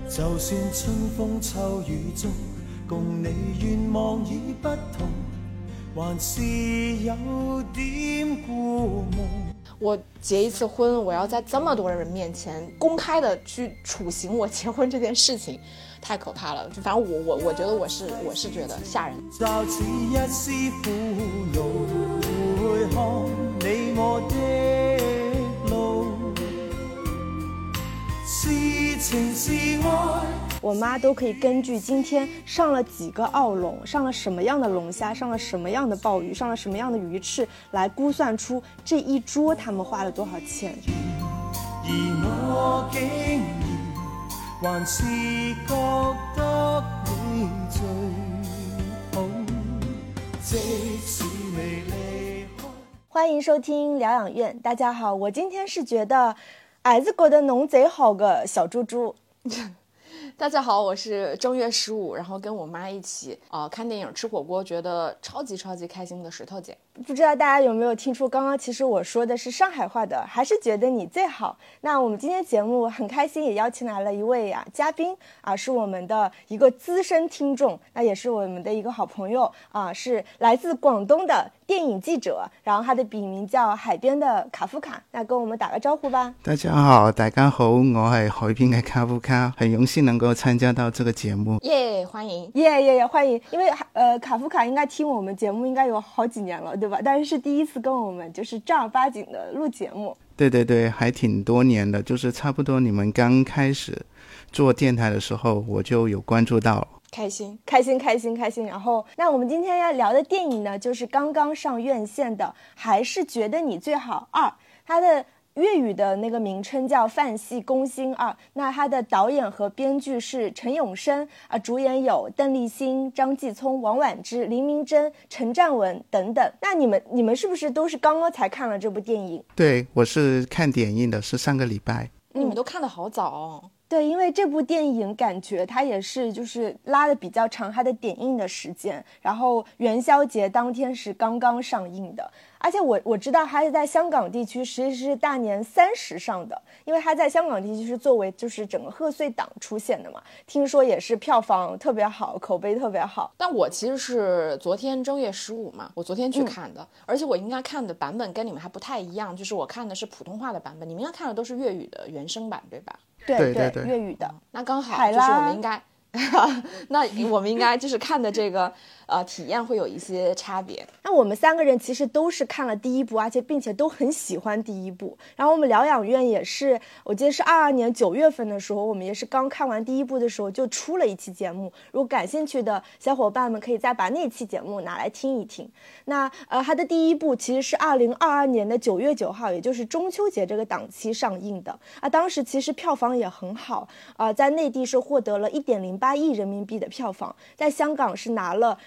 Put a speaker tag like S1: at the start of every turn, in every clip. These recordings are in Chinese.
S1: 就算春风秋雨中，共你願望已不同，還是有點故夢。
S2: 我结一次婚，我要在这么多人面前公开的去处刑我结婚这件事情，太可怕了。就反正我觉得我是觉得吓人。
S1: 就似一絲苦惱，回看你我的路，是情是愛。
S3: 我妈都可以根据今天上了几个澳龙，上了什么样的龙虾，上了什么样的鲍鱼，上了什么样的鱼翅，来估算出这一桌他们花了多少钱。
S1: 而我竟然還是覺得你最好，即使未離開。
S3: 歡迎收聽療養院，大家好，我今天是覺得還是覺得侬賊好個小豬豬。
S2: 大家好，我是正月15，然后跟我妈一起看电影吃火锅，觉得超级开心的石头姐。
S3: 不知道大家有没有听出，刚刚其实我说的是上海话的，还是觉得你最好。那我们今天节目很开心，也邀请来了一位嘉宾是我们的一个资深听众，那也是我们的一个好朋友是来自广东的电影记者，然后他的笔名叫海边的卡夫卡。那跟我们打个招呼吧。
S4: 大家好，大家好，我係海邊嘅卡夫卡，很榮幸能夠參加到這個節目。
S2: 耶，歡迎，
S3: 耶，歡迎。因為卡夫卡應該聽我們節目應該有好幾年了，對吧？但是第一次跟我們就是正兒八經的錄節目。
S4: 對，還挺多年的，就是差不多你們剛開始做電台的時候，我就有關注到了。
S3: 開心。然後那我們今天要聊的電影呢，就是剛剛上院線的《還是覺得你最好2》，它的粵語的那個名稱叫《飯戲攻心2》，那它的導演和編劇是陳永生主演有鄧麗欣、張繼聰、王菀之、林明珍、陳占文等等。那你們是不是都是剛剛才看了這部電影？
S4: 對，我是看點映的，是上個禮拜。
S2: 你們都看得好早哦。
S3: 對，因為這部電影感覺它也是就是拉得比較長，它的點映的時間，然後元宵節當天是剛剛上映的，而且我知道它是在香港地區實際是大年30上的，因為它在香港地區是作為就是整個賀歲檔出現的嘛，聽說也是票房特別好，口碑特別好。
S2: 但我其實是昨天正月15嘛，我昨天去看的，而且我應該看的版本跟你們還不太一樣，就是我看的是普通話的版本，你們應該看的都是粵語的原聲版，對吧？
S3: 對，粵語的。
S2: 那剛好就是我們應該那我們應該就是看的這個體驗會有一些差別。
S3: 那我們3個人其實都是看了第一部，而且並且都很喜歡第一部。然後我們療養院也是，我記得是22年9月份的時候，我們也是剛看完第一部的時候就出了一期節目，如果感興趣的小夥伴們可以再把那期節目拿來聽一聽。那它的第一部其實是2022年的9月9號，也就是中秋節這個檔期上映的當時其實票房也很好在內地是獲得了1.08億人民幣的票房，在香港是拿了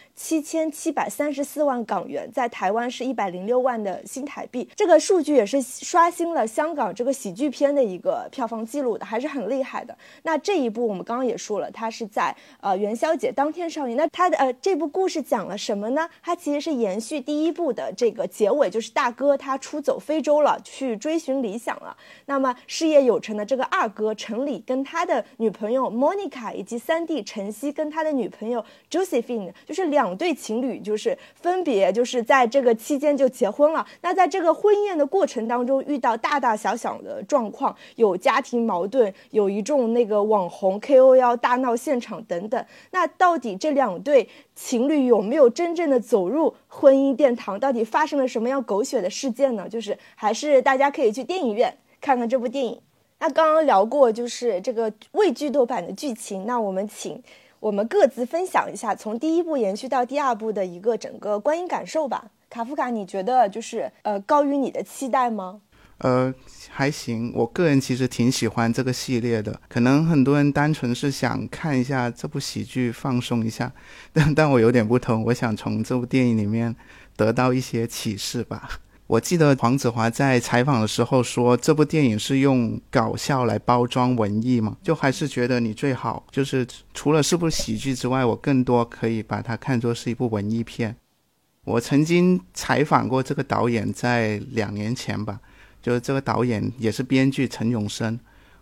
S3: 7734萬港元，在台灣是106萬的新台幣，這個數據也是刷新了香港這個喜劇片的一個票房記錄的，還是很厲害的。那這一部我們剛剛也說了，它是在元宵節當天上映。那它的這部故事講了什麼呢？它其實是延續第一部的這個結尾，就是大哥他出走非洲了，去追尋理想了。那麼事業有成的這個二哥陳李跟他的女朋友 Monica 以及三弟陳曦跟他的女朋友 Josephine， 就是兩對情侶，就是分別就是在這個期間就結婚了。那在這個婚宴的過程當中遇到大大小小的狀況，有家庭矛盾，有一眾那個網紅 KOL 大鬧現場等等。那到底這兩對情侶有沒有真正的走入婚姻殿堂？到底發生了什麼樣狗血的事件呢？就是還是大家可以去電影院看看這部電影。那剛剛聊過就是這個未劇透版的劇情，那我們請我們各自分享一下從第一部延續到第二部的一個整個觀影感受吧。卡夫卡，你覺得就是高於你的期待嗎？
S4: 還行，我個人其實挺喜歡這個系列的，可能很多人單純是想看一下這部喜劇放鬆一下，但我有點不同，我想從這部電影裡面得到一些啟示吧。我記得黃子華在採訪的時候說這部電影是用搞笑來包裝文藝嘛，就還是覺得你最好就是除了是部喜劇之外，我更多可以把它看作是一部文藝片。我曾經採訪過這個導演，在2年前吧，就是這個導演也是編劇陳永生，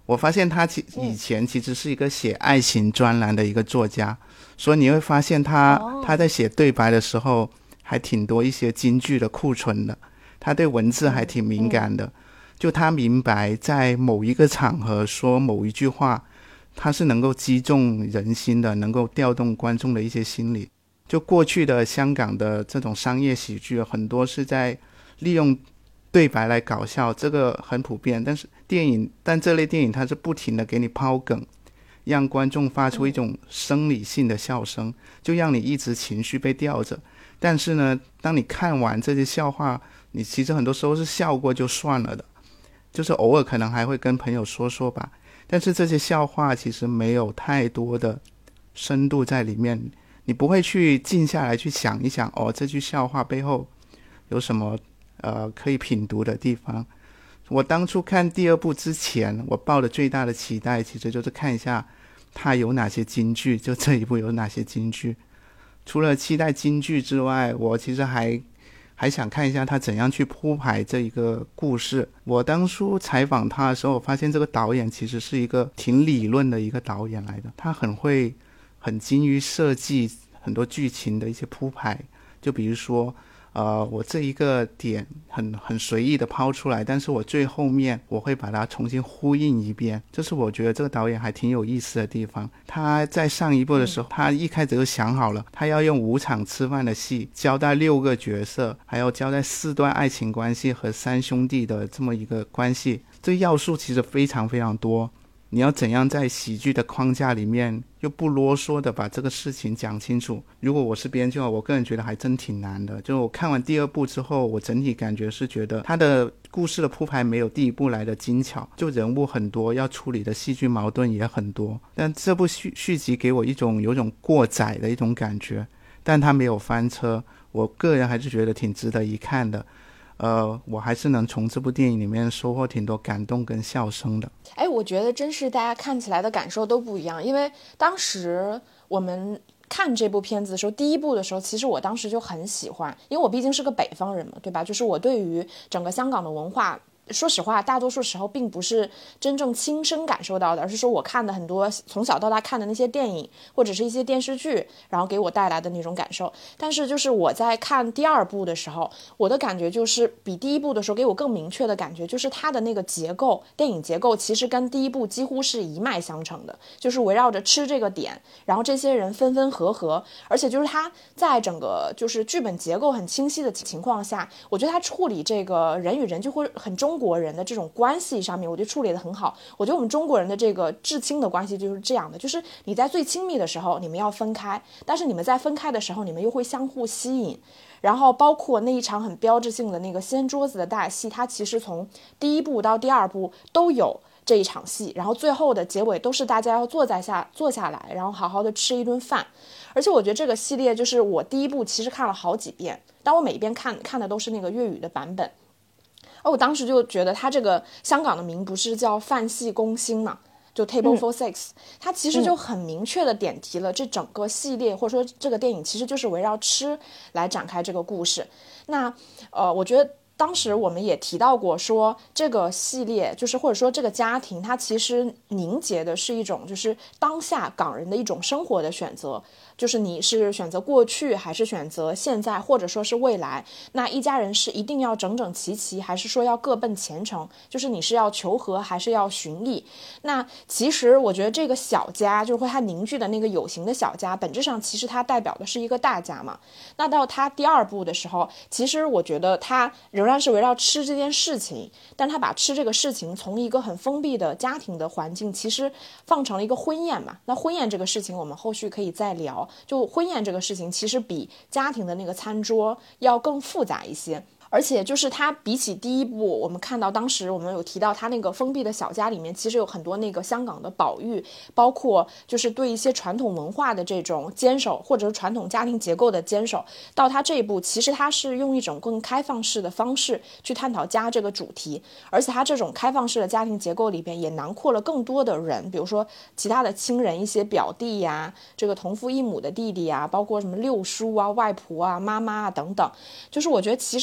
S4: 我发现他以前其实是一个写爱情专栏的一个作家，所以你会发现他在写对白的时候还挺多一些金句的库存的，他对文字还挺敏感的，就他明白在某一个场合说某一句话，他是能够击中人心的，能够调动观众的一些心理。就过去的香港的这种商业喜剧很多是在利用对白来搞笑，这个很普遍，但这类电影它是不停的给你抛梗，让观众发出一种生理性的笑声，就让你一直情绪被吊着。但是呢，当你看完这些笑话，你其实很多时候是笑过就算了的，就是偶尔可能还会跟朋友说说吧，但是这些笑话其实没有太多的深度在里面，你不会去静下来去想一想，这句笑话背后有什么可以品读的地方。我当初看第二部之前，我抱的最大的期待其实就是看一下它有哪些金句，就这一部有哪些金句。除了期待金句之外，我其实还想看一下他怎样去铺排这一个故事。我当初采访他的时候，我发现这个导演其实是一个挺理论的一个导演来的，他很精于设计很多剧情的一些铺排。就比如说我这一个点很随意的抛出来，但是我最后面我会把它重新呼应一遍，这是我觉得这个导演还挺有意思的地方。他在上一部的时候，他一开始就想好了，他要用5场吃饭的戏交代6个角色，还要交代4段爱情关系和3兄弟的这么一个关系，这要素其实非常非常多，你要怎样在喜剧的框架里面又不啰嗦的把这个事情讲清楚。如果我是编剧，我个人觉得还真挺难的。就我看完第二部之后，我整体感觉是觉得他的故事的铺排没有第一部来的精巧，就人物很多，要处理的戏剧矛盾也很多，但这部续集给我有种过载的一种感觉，但他没有翻车，我个人还是觉得挺值得一看的。我还是能从这部电影里面收获挺多感动跟笑声的。
S2: 我觉得真是大家看起来的感受都不一样，因为当时我们看这部片子的时候，第一部的时候，其实我当时就很喜欢，因为我毕竟是个北方人嘛，对吧？就是我对于整个香港的文化，说实话大多数时候并不是真正亲身感受到的，而是说我看的很多从小到大看的那些电影或者是一些电视剧，然后给我带来的那种感受。但是就是我在看第二部的时候，我的感觉就是比第一部的时候给我更明确的感觉，就是它的那个结构，电影结构其实跟第一部几乎是一脉相承的，就是围绕着吃这个点，然后这些人分分合合，而且就是它在整个就是剧本结构很清晰的情况下，我觉得它处理这个人与人就会很中国人的这种关系上面，我觉得处理得很好。我觉得我们中国人的这个至亲的关系就是这样的，就是你在最亲密的时候你们要分开，但是你们在分开的时候你们又会相互吸引。然后包括那一场很标志性的那个掀桌子的大戏，它其实从第一部到第二部都有这一场戏，然后最后的结尾都是大家要坐下来，然后好好的吃一顿饭。而且我觉得这个系列就是我第一部其实看了好几遍，但我每一遍看的都是那个粤语的版本。而我当时就觉得它这个香港的名不是叫饭戏攻心嘛，就 Table for Six，它其实就很明确的点题了这整个系列，或者说这个电影其实就是围绕吃来展开这个故事。那我觉得当时我们也提到过说，这个系列就是或者说这个家庭，它其实凝结的是一种就是当下港人的一种生活的选择，就是你是选择过去还是选择现在，或者说是未来，那一家人是一定要整整齐齐，还是说要各奔前程，就是你是要求和还是要寻觅。那其实我觉得这个小家就是会它凝聚的那个有形的小家，本质上其实它代表的是一个大家嘛。那到它第二部的时候，其实我觉得它仍然是围绕吃这件事情，但它把吃这个事情从一个很封闭的家庭的环境，其实放成了一个婚宴嘛。那婚宴这个事情我们后续可以再聊，就婚宴这个事情其实比家庭的那个餐桌要更复杂一些。而且就是它比起第一部，我们看到当时我们有提到它那个封闭的小家里面其实有很多那个香港的宝玉，包括就是对一些传统文化的这种坚守，或者是传统家庭结构的坚守。到它这一步其实它是用一种更开放式的方式去探讨家这个主题，而且它这种开放式的家庭结构里边也囊括了更多的人，比如说其他的亲人，一些表弟呀，这个同父异母的弟弟呀，包括什么六叔啊、外婆啊、妈妈啊等等。就是我觉得其实它在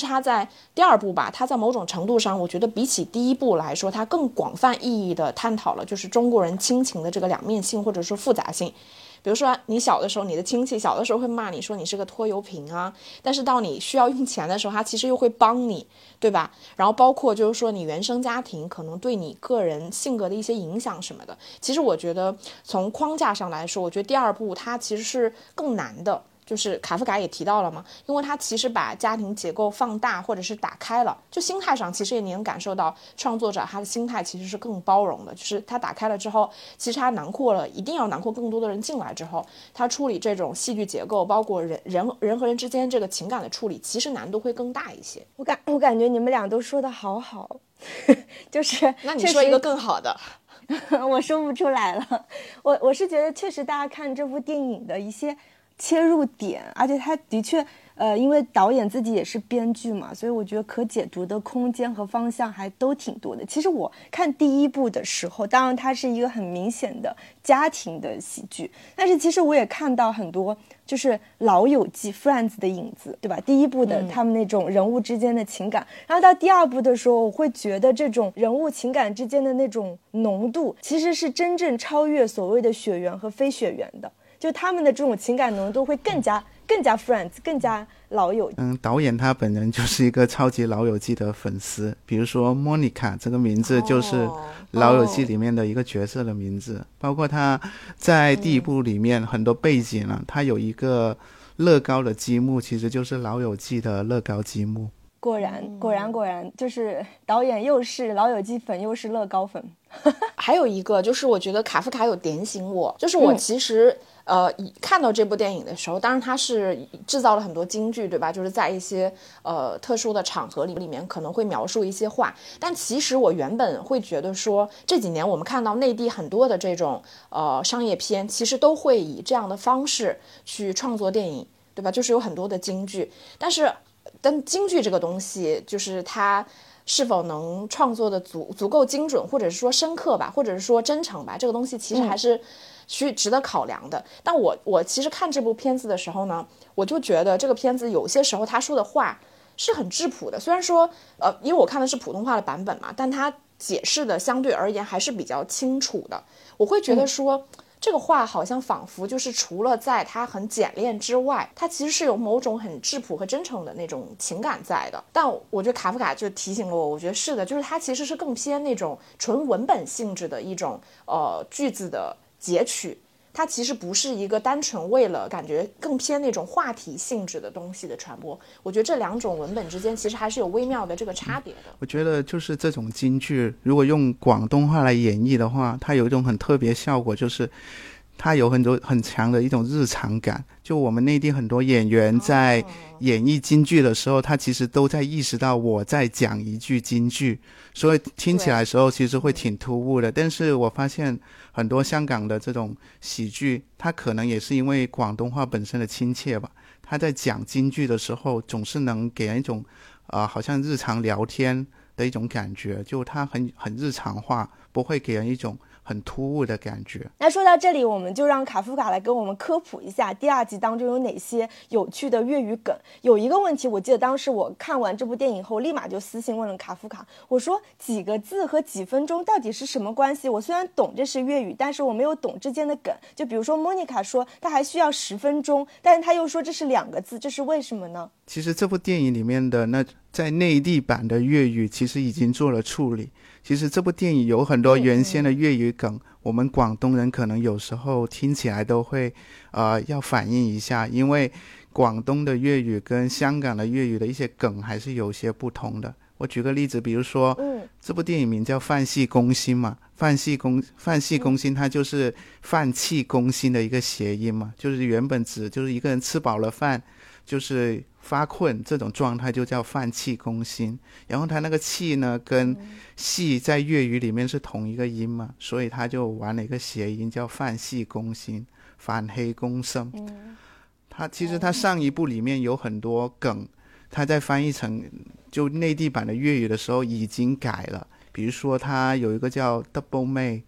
S2: 来第二部吧，它在某种程度上，我觉得比起第一部来说，它更广泛意义的探讨了就是中国人亲情的这个两面性或者说复杂性。比如说你小的时候，你的亲戚小的时候会骂你说你是个拖油瓶啊，但是到你需要用钱的时候，他其实又会帮你，对吧？然后包括就是说你原生家庭可能对你个人性格的一些影响什么的。其实我觉得从框架上来说，我觉得第二部它其实是更难的。就是卡夫卡也提到了嘛，因为他其实把家庭结构放大或者是打开了，就心态上其实也你能感受到创作者他的心态其实是更包容的，就是他打开了之后，其实他囊括了，一定要囊括更多的人进来之后，他处理这种戏剧结构，包括人和人之间这个情感的处理，其实难度会更大一些。
S3: 我感觉你们俩都说的好好，就是
S2: 那你说一个更好的。
S3: 我说不出来了。我是觉得确实大家看这部电影的一些切入点，而且他的确因为导演自己也是编剧嘛，所以我觉得可解读的空间和方向还都挺多的。其实我看第一部的时候，当然它是一个很明显的家庭的喜剧，但是其实我也看到很多就是老友记 Friends 的影子，对吧？第一部的他们那种人物之间的情感，然后到第二部的时候，我会觉得这种人物情感之间的那种浓度其实是真正超越所谓的血缘和非血缘的，就他们的这种情感浓度会更加 friends， 更加老友。
S4: 导演他本人就是一个超级老友记的粉丝，比如说莫妮卡这个名字就是老友记里面的一个角色的名字，包括他在第一部里面很多背景啊，他有一个乐高的积木，其实就是老友记的乐高积木。
S3: 果然，就是导演又是老友记粉，又是乐高粉。
S2: 还有一个就是我觉得卡夫卡有点醒我，就是我其实看到这部电影的时候，当然他是制造了很多金句，对吧？就是在一些特殊的场合里面可能会描述一些话，但其实我原本会觉得说，这几年我们看到内地很多的这种商业片，其实都会以这样的方式去创作电影，对吧？就是有很多的金句，但京剧这个东西，就是它是否能创作的足够精准，或者是说深刻吧，或者是说真诚吧，这个东西其实还是值得考量的。但我其实看这部片子的时候呢，我就觉得这个片子有些时候他说的话是很质朴的，虽然说因为我看的是普通话的版本嘛，但他解释的相对而言还是比较清楚的。我会觉得说，这个话好像仿佛就是除了在它很简练之外，它其实是有某种很质朴和真诚的那种情感在的。但我觉得卡夫卡就提醒了我，我觉得是的，就是它其实是更偏那种纯文本性质的一种句子的截取，它其实不是一个单纯为了感觉更偏那种话题性质的东西的传播。我觉得这两种文本之间其实还是有微妙的这个差别的。
S4: 我觉得就是这种京剧如果用广东话来演绎的话，它有一种很特别效果，就是它有很强的一种日常感。就我们内地很多演员在演绎京剧的时候，他其实都在意识到我在讲一句京剧，所以听起来的时候其实会挺突兀的。但是我发现很多香港的这种喜剧，它可能也是因为广东话本身的亲切吧，他在讲京剧的时候总是能给人一种好像日常聊天的一种感觉，就它很日常化，不会给人一种很突兀的感觉。
S3: 那说到这里，我们就让卡夫卡来跟我们科普一下第二集当中有哪些有趣的粤语梗。有一个问题，我记得当时我看完这部电影后，立马就私信问了卡夫卡，我说几个字和几分钟到底是什么关系？我虽然懂这是粤语，但是我没有懂之间的梗。就比如说莫妮卡说她还需要10分钟，但是她又说这是2个字，这是为什么呢？
S4: 其实这部电影里面的在内地版的粤语其实已经做了处理。其实这部电影有很多原先的粤语梗，我们广东人可能有时候听起来都会要反映一下，因为广东的粤语跟香港的粤语的一些梗还是有些不同的。我举个例子，比如说这部电影名叫饭戏攻心嘛，饭戏攻心它就是饭气攻心的一个谐音嘛，就是原本指就是一个人吃饱了饭就是发困这种状态就叫饭气攻心，然后他那个气呢跟戏在粤语里面是同一个音嘛，所以他就玩了一个谐音叫饭戏攻心，饭气攻心。其实他上一部里面有很多梗，他在翻译成就内地版的粤语的时候已经改了，比如说他有一个叫 double 妹，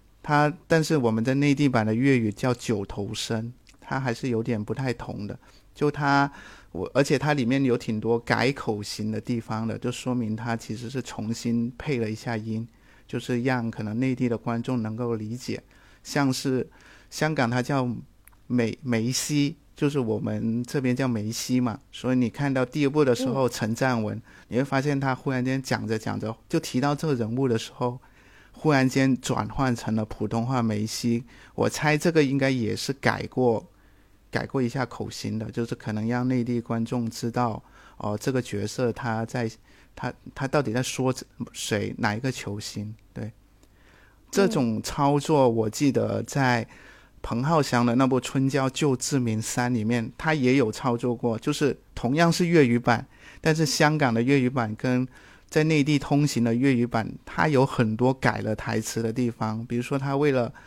S4: 但是我们在内地版的粤语叫九头身，它还是有点不太同的。 就而且它里面有挺多改口型的地方的，就说明它其实是重新配了一下音，就是让可能内地的观众能够理解。像是香港它叫梅西，就是我们这边叫梅西嘛，所以你看到第一部的时候，陈湛文你会发现他忽然间讲着讲着就提到这个人物的时候，忽然间转换成了普通话梅西。我猜这个应该也是改过一下口型的，就是可能让内地观众知道这个角色他到底在说谁，哪一个球星。对，这种操作我记得在彭浩翔的那部《春娇救志明3》里面他也有操作过，就是同样是粤语版，但是香港的粤语版跟在内地通行的粤语版他有很多改了台词的地方。比如说他为了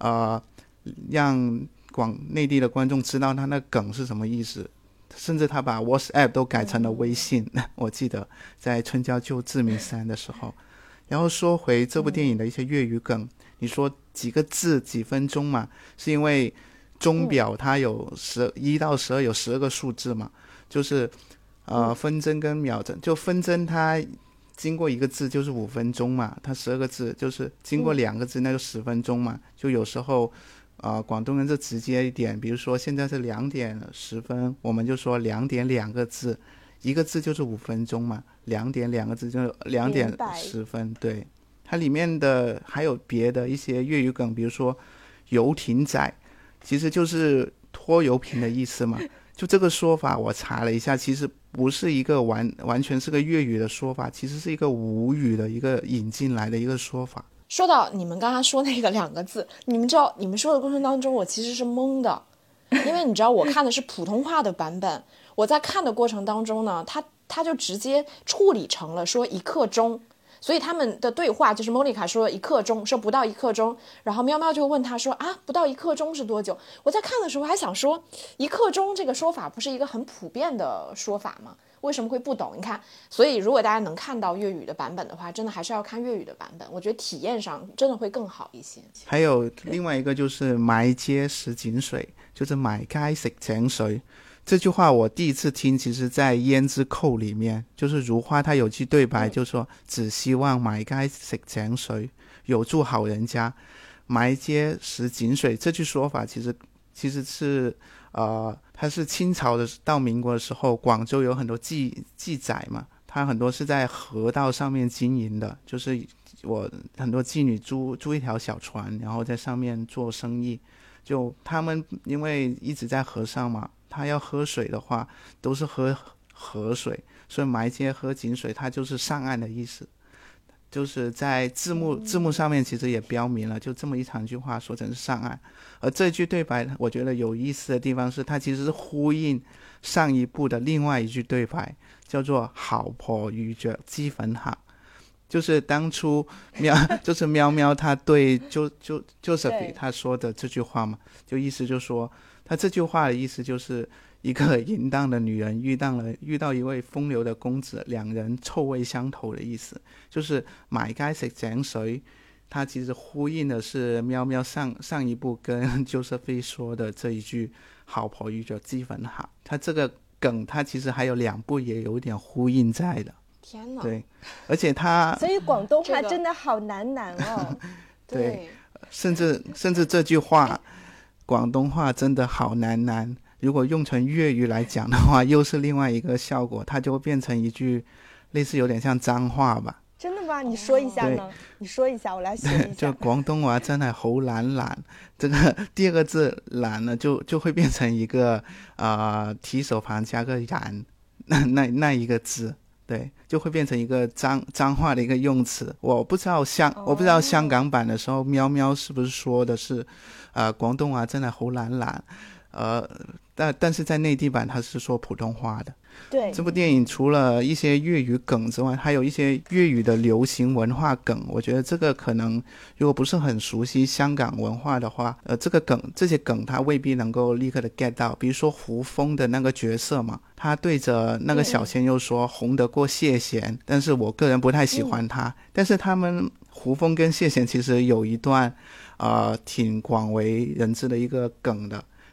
S4: 让内地的观众知道他那梗是什么意思，甚至他把 WhatsApp 都改成了微信我记得在《春娇救志明3》的时候。然后说回这部电影的一些粤语梗，你说几个字几分钟嘛，是因为钟表它有1到12有12个数字嘛，就是分针跟秒针，就分针它经过一个字就是5分钟嘛，它12个字就是经过2个字那就10分钟嘛。就有时候广东人就直接一点，比如说现在是2点10分，我们就说2点2个字，一个字就是5分钟嘛，2点2个字就2点10分。对，它里面的还有别的一些粤语梗，比如说游艇仔其实就是拖油瓶的意思嘛。就这个说法我查了一下，其实不是一个完全是个粤语的说法，其实是一个吴语的一个引进来的一个说法。
S2: 说到你们刚才说那个2个字，你们知道你们说的过程当中我其实是懵的，因为你知道我看的是普通话的版本，我在看的过程当中呢，他就直接处理成了说1刻钟，所以他们的对话就是 Monica 说1刻钟，说不到1刻钟，然后喵喵就问他说不到1刻钟是多久。我在看的时候还想说1刻钟这个说法不是一个很普遍的说法吗？为什么会不懂？你看，所以如果大家能看到粤语的版本的话，真的还是要看粤语的版本，我觉得体验上真的会更好一些。
S4: 还有另外一个就是买街食井水，就是买街食井水这句话我第一次听，其实在胭脂扣里面，就是如花他有句对白就说只希望买街食井水，有助好人家。买街食井水这句说法其实是它是清朝的到民国的时候，广州有很多记载嘛，它很多是在河道上面经营的，就是我很多妓女租一条小船，然后在上面做生意。就他们因为一直在河上嘛，他要喝水的话都是喝河水，所以埋街喝井水它就是上岸的意思。就是在字幕上面其实也标明了，就这么一长句话说成是上岸。而这句对白我觉得有意思的地方是，它其实是呼应上一部的另外一句对白，叫做好婆遇着脂粉客，就是当初就是喵喵他对Josephine 他说的这句话嘛，就意思就说他这句话的意思就是一个淫荡的女人遇到一位风流的公子，两人臭味相投的意思，就是买街食井水。它其实呼应的是喵喵上一部跟 Josephine 说的这一句好婆遇着脂粉客，它这个梗它其实还有2部也有点呼应在的。
S2: 天哪！
S4: 对，而且它
S3: 所以广东话真的好难哦。
S4: 对，甚至这句话广东话真的好难，如果用成粤语来讲的话又是另外一个效果，它就会变成一句类似有点像脏话吧。
S3: 真的吗？你说一下呢？你说一下，我来学一下。
S4: 就广东话真係好懶，这个第2个字懶呢就会变成一个提手旁加个然，那一个字，对，就会变成一个脏话的一个用词。我不知道香港版的时候喵喵是不是说的是广东话真的好懶，但是在内地版它是说普通话的。
S3: 对，
S4: 这部电影除了一些粤语梗之外，还有一些粤语的流行文化梗。我觉得这个可能如果不是很熟悉香港文化的话，这些梗他未必能够立刻的 get 到。比如说胡枫的那个角色嘛，他对着那个小鲜肉说红得过谢贤，但是我个人不太喜欢他。但是他们胡枫跟谢贤其实有一段挺广为人知的一个梗的，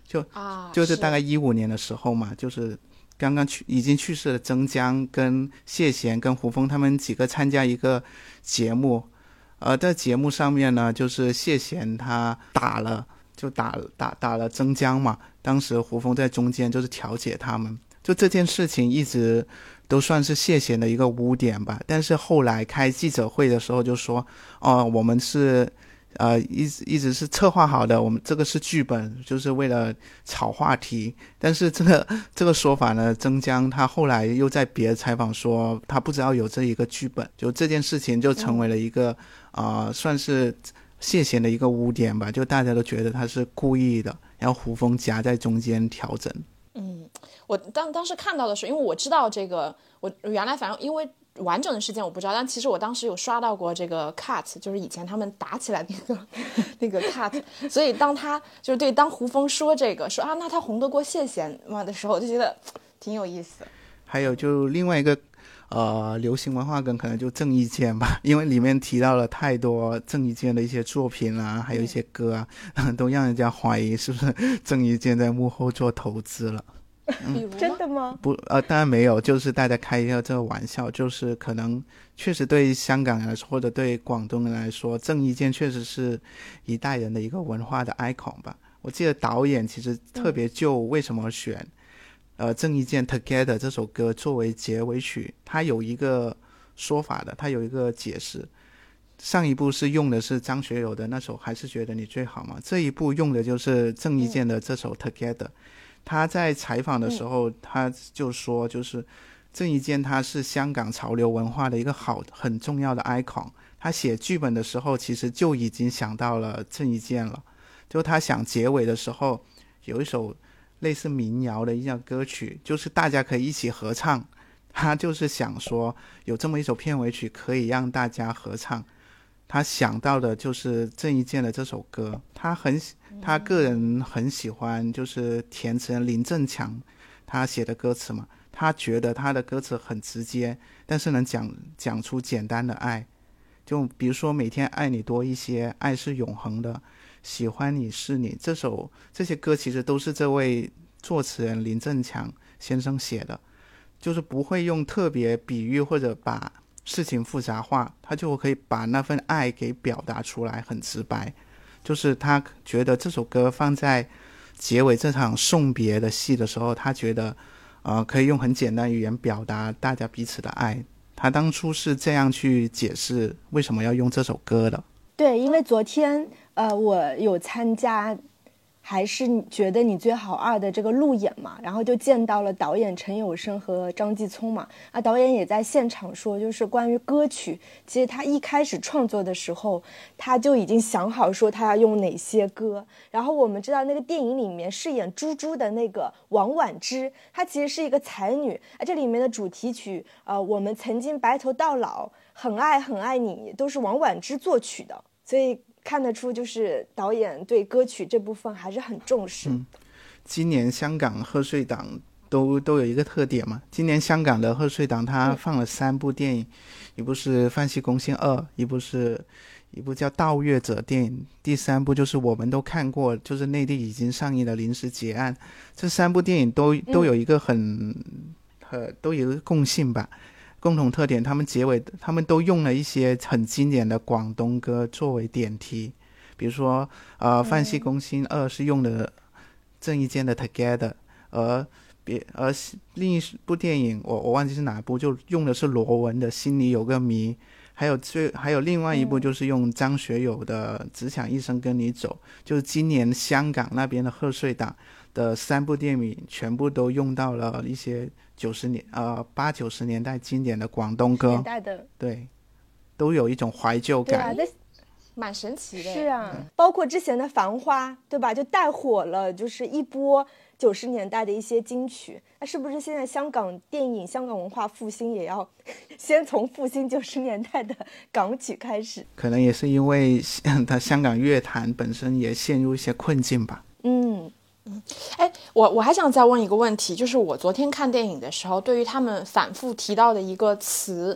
S4: 就是大概15年的时候嘛，就是刚刚已经去世的曾江跟谢贤跟胡枫他们几个参加一个节目，在节目上面呢，就是谢贤他打了曾江嘛，当时胡枫在中间就是调解他们，就这件事情一直都算是谢贤的一个污点吧。但是后来开记者会的时候就说，我们是一直是策划好的，我们这个是剧本，就是为了炒话题。但是这个说法呢，曾江他后来又在别的采访说他不知道有这一个剧本，就这件事情就成为了一个算是谢贤的一个污点吧，就大家都觉得他是故意的，然后胡枫夹在中间调整。
S2: 我当时看到的时候，因为我知道这个，我原来反正因为完整的事件我不知道，但其实我当时有刷到过这个 cut， 就是以前他们打起来那个 cut， 所以当胡枫说这个说那他红得过谢贤嘛的时候，我就觉得挺有意思。
S4: 还有就另外一个流行文化梗可能就郑伊健吧，因为里面提到了太多郑伊健的一些作品啊，还有一些歌都让人家怀疑是不是郑伊健在幕后做投资了。
S3: 真的吗？
S4: 不，当然没有，就是大家开一个这个玩笑，就是可能确实对香港人来说，或者对广东人来说，郑伊健确实是一代人的一个文化的 icon 吧。我记得导演其实特别就为什么选郑伊健 Together 这首歌作为结尾曲，他有一个说法的，他有一个解释。上一部是用的是张学友的那首还是觉得你最好嘛，这一部用的就是郑伊健的这首 Together。他在采访的时候他就说，就是郑伊健他是香港潮流文化的一个很重要的 icon， 他写剧本的时候其实就已经想到了郑伊健了，就他想结尾的时候有一首类似民谣的一样歌曲，就是大家可以一起合唱，他就是想说有这么一首片尾曲可以让大家合唱，他想到的就是郑伊健的这首歌。他个人很喜欢就是填词人林振强他写的歌词嘛，他觉得他的歌词很直接，但是能讲出简单的爱，就比如说每天爱你多一些，爱是永恒的，喜欢你是你，这些歌其实都是这位作词人林振强先生写的，就是不会用特别比喻或者把事情复杂化，他就可以把那份爱给表达出来，很直白。就是他觉得这首歌放在结尾这场送别的戏的时候，他觉得可以用很简单语言表达大家彼此的爱。他当初是这样去解释为什么要用这首歌的。
S3: 对，因为昨天我有参加还是觉得你最好2的这个路演嘛，然后就见到了导演陈有生和张继聪嘛。导演也在现场说，就是关于歌曲，其实他一开始创作的时候他就已经想好说他要用哪些歌。然后我们知道那个电影里面饰演猪猪的那个王婉之，她其实是一个才女，这里面的主题曲我们曾经白头到老，很爱很爱你，都是王婉之作曲的，所以看得出就是导演对歌曲这部分还是很重视。
S4: 今年香港贺岁档都有一个特点嘛，今年香港的贺岁档它放了3部电影，一部是《范西攻心2》，一部叫《盗月者》电影，第3部就是我们都看过，就是内地已经上映的《临时结案》。这3部电影都有一个都有一个共性吧，共同特点，他们结尾他们都用了一些很经典的广东歌作为点题，比如说范西攻心2是用的郑伊健的 Together， 而另一部电影我忘记是哪部，就用的是罗文的心里有个谜，还有另外一部就是用张学友的只想一生跟你走。就是今年香港那边的贺岁档的3部电影全部都用到了一些80-90年代经典的广东歌，对，都有一种怀旧感。
S3: 对啊，
S2: 蛮神奇的。
S3: 是啊，包括之前的繁花，对吧，就带火了，就是一波90年代的一些金曲。那是不是现在香港电影香港文化复兴也要先从复兴90年代的港曲开始？
S4: 可能也是因为它香港乐坛本身也陷入一些困境吧。
S2: 我还想再问一个问题，就是我昨天看电影的时候，对于他们反复提到的一个词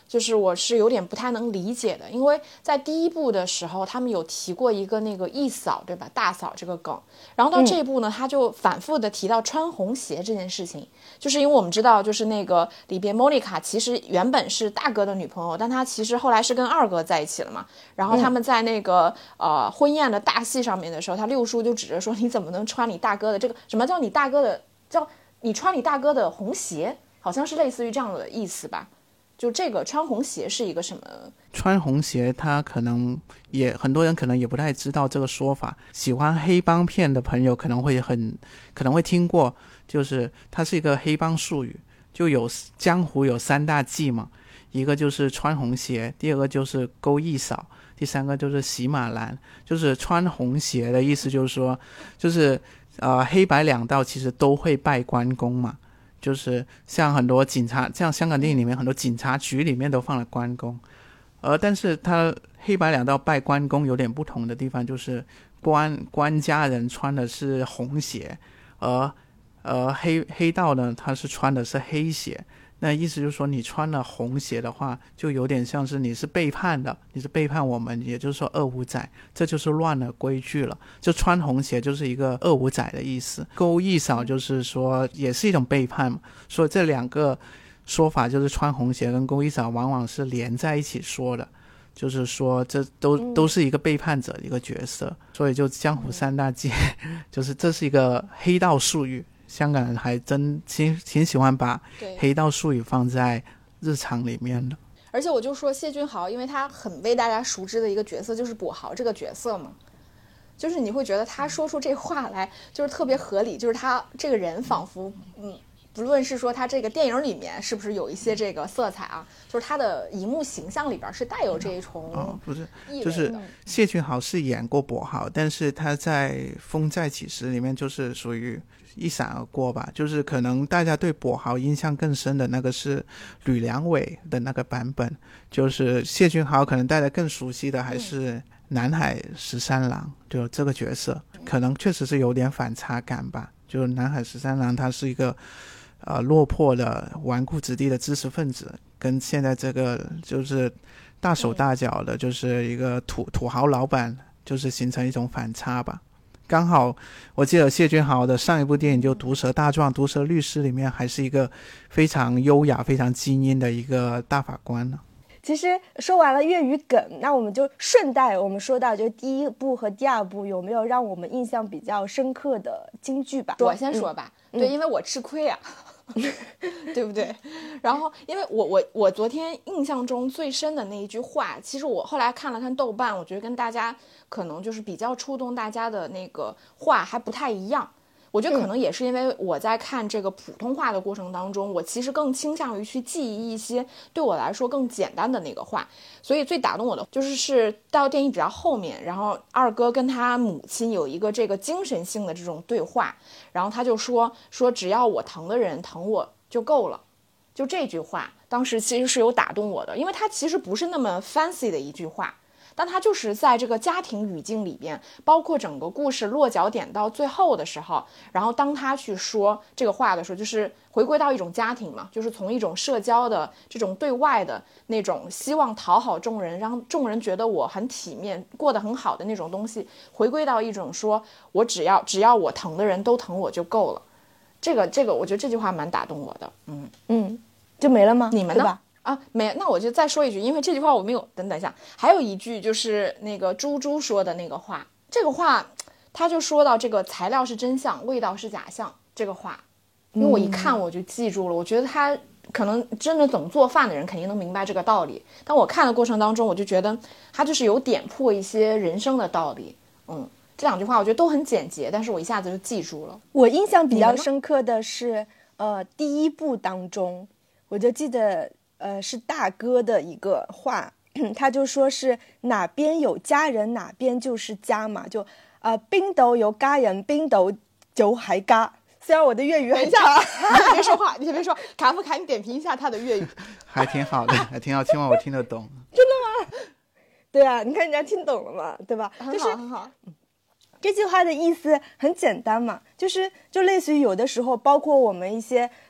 S2: 就是我是有点不太能理解的，因为在第一部的时候，他们有提过一个那个一嫂，对吧？大嫂这个梗，然后到这一部呢，他就反复的提到穿红鞋这件事情，就是因为我们知道，就是那个里边莫妮卡其实原本是大哥的女朋友，但她其实后来是跟二哥在一起了嘛。然后他们在那个婚宴的大戏上面的时候，他六叔就指着说：“你怎么能穿你大哥的这个什么叫你大哥的叫你穿你大哥的红鞋？好像是类似于这样的意思吧。”就这个穿红鞋是一个什么？
S4: 穿红鞋，他可能也很多人可能也不太知道这个说法。喜欢黑帮片的朋友可能会听过，就是它是一个黑帮术语，就有江湖有3大忌嘛，一个就是穿红鞋，第二个就是勾一嫂，第三个就是喜马兰。就是穿红鞋的意思就是说，就是黑白两道其实都会拜关公嘛。就是像很多警察，像香港电影里面很多警察局里面都放了关公，但是他黑白两道拜关公有点不同的地方，就是官家人穿的是红鞋，而黑道呢他是穿的是黑鞋。那意思就是说，你穿了红鞋的话，就有点像是你是背叛的，你是背叛我们，也就是说二五仔，这就是乱了规矩了。就穿红鞋就是一个二五仔的意思。勾一嫂就是说也是一种背叛嘛，所以这两个说法就是穿红鞋跟勾一嫂往往是连在一起说的，就是说这都是一个背叛者的一个角色。所以就江湖3大忌，就是这是一个黑道术语。香港人还真挺喜欢把黑道术语放在日常里面的。
S2: 而且我就说谢君豪，因为他很为大家熟知的一个角色就是跛豪这个角色嘛，就是你会觉得他说出这话来就是特别合理，就是他这个人仿佛不论是说他这个电影里面是不是有一些这个色彩啊，就是他的荧幕形象里边是带有这一重
S4: 不是，
S2: 意味的。
S4: 就是谢君豪是演过跛豪，但是他在《风再起时》里面就是属于一闪而过吧，就是可能大家对跛豪印象更深的那个是吕良伟的那个版本，就是谢君豪可能大家更熟悉的还是南海13郎，就这个角色可能确实是有点反差感吧。就南海13郎他是一个落魄的纨绔子弟的知识分子，跟现在这个就是大手大脚的就是一个土豪老板，就是形成一种反差吧。刚好我记得谢君豪的上一部电影就《毒舌大状》，毒舌律师里面还是一个非常优雅非常精英的一个大法官呢。
S3: 其实说完了粤语梗，那我们就顺带我们说到就第一部和第二部有没有让我们印象比较深刻的金句吧。
S2: 我先说吧，对，因为我吃亏啊对不对？然后因为我昨天印象中最深的那一句话，其实我后来看了看豆瓣，我觉得跟大家可能就是比较触动大家的那个话还不太一样。我觉得可能也是因为我在看这个普通话的过程当中，我其实更倾向于去记忆一些对我来说更简单的那个话，所以最打动我的就是到电影比较后面，然后二哥跟他母亲有一个这个精神性的这种对话，然后他就说只要我疼的人疼我就够了，就这句话当时其实是有打动我的，因为它其实不是那么 fancy 的一句话，但它就是在这个家庭语境里边，包括整个故事落脚点到最后的时候，然后当他去说这个话的时候，就是回归到一种家庭嘛，就是从一种社交的这种对外的那种希望讨好众人，让众人觉得我很体面过得很好的那种东西，回归到一种说我只要我疼的人都疼我就够了。这个我觉得这句话蛮打动我的。
S3: 就没了吗？
S2: 你们呢？啊，没，那我就再说一句，因为这句话我没有，等一下，还有一句就是那个猪猪说的那个话，这个话他就说到这个材料是真相，味道是假象这个话，因为我一看我就记住了，我觉得他可能真的懂做饭的人肯定能明白这个道理，但我看的过程当中我就觉得他就是有点破一些人生的道理。这两句话我觉得都很简洁，但是我一下子就记住了。
S3: 我印象比较深刻的是第一部当中，我就记得是大哥的一个话，他就说是哪边有家人哪边就是家嘛，就邊度有家人邊度就係家。虽然我的粤语很差，
S2: 你别说话，你别说，卡夫卡，你点评一下他的粤语。
S4: 还挺好的，还挺好，起码我听得懂。
S3: 真的吗？对啊，你看人家听懂了嘛，对吧？
S2: 很好，很好。
S3: 这句话的意思很简单嘛，就类似于有的时候，包括我们一些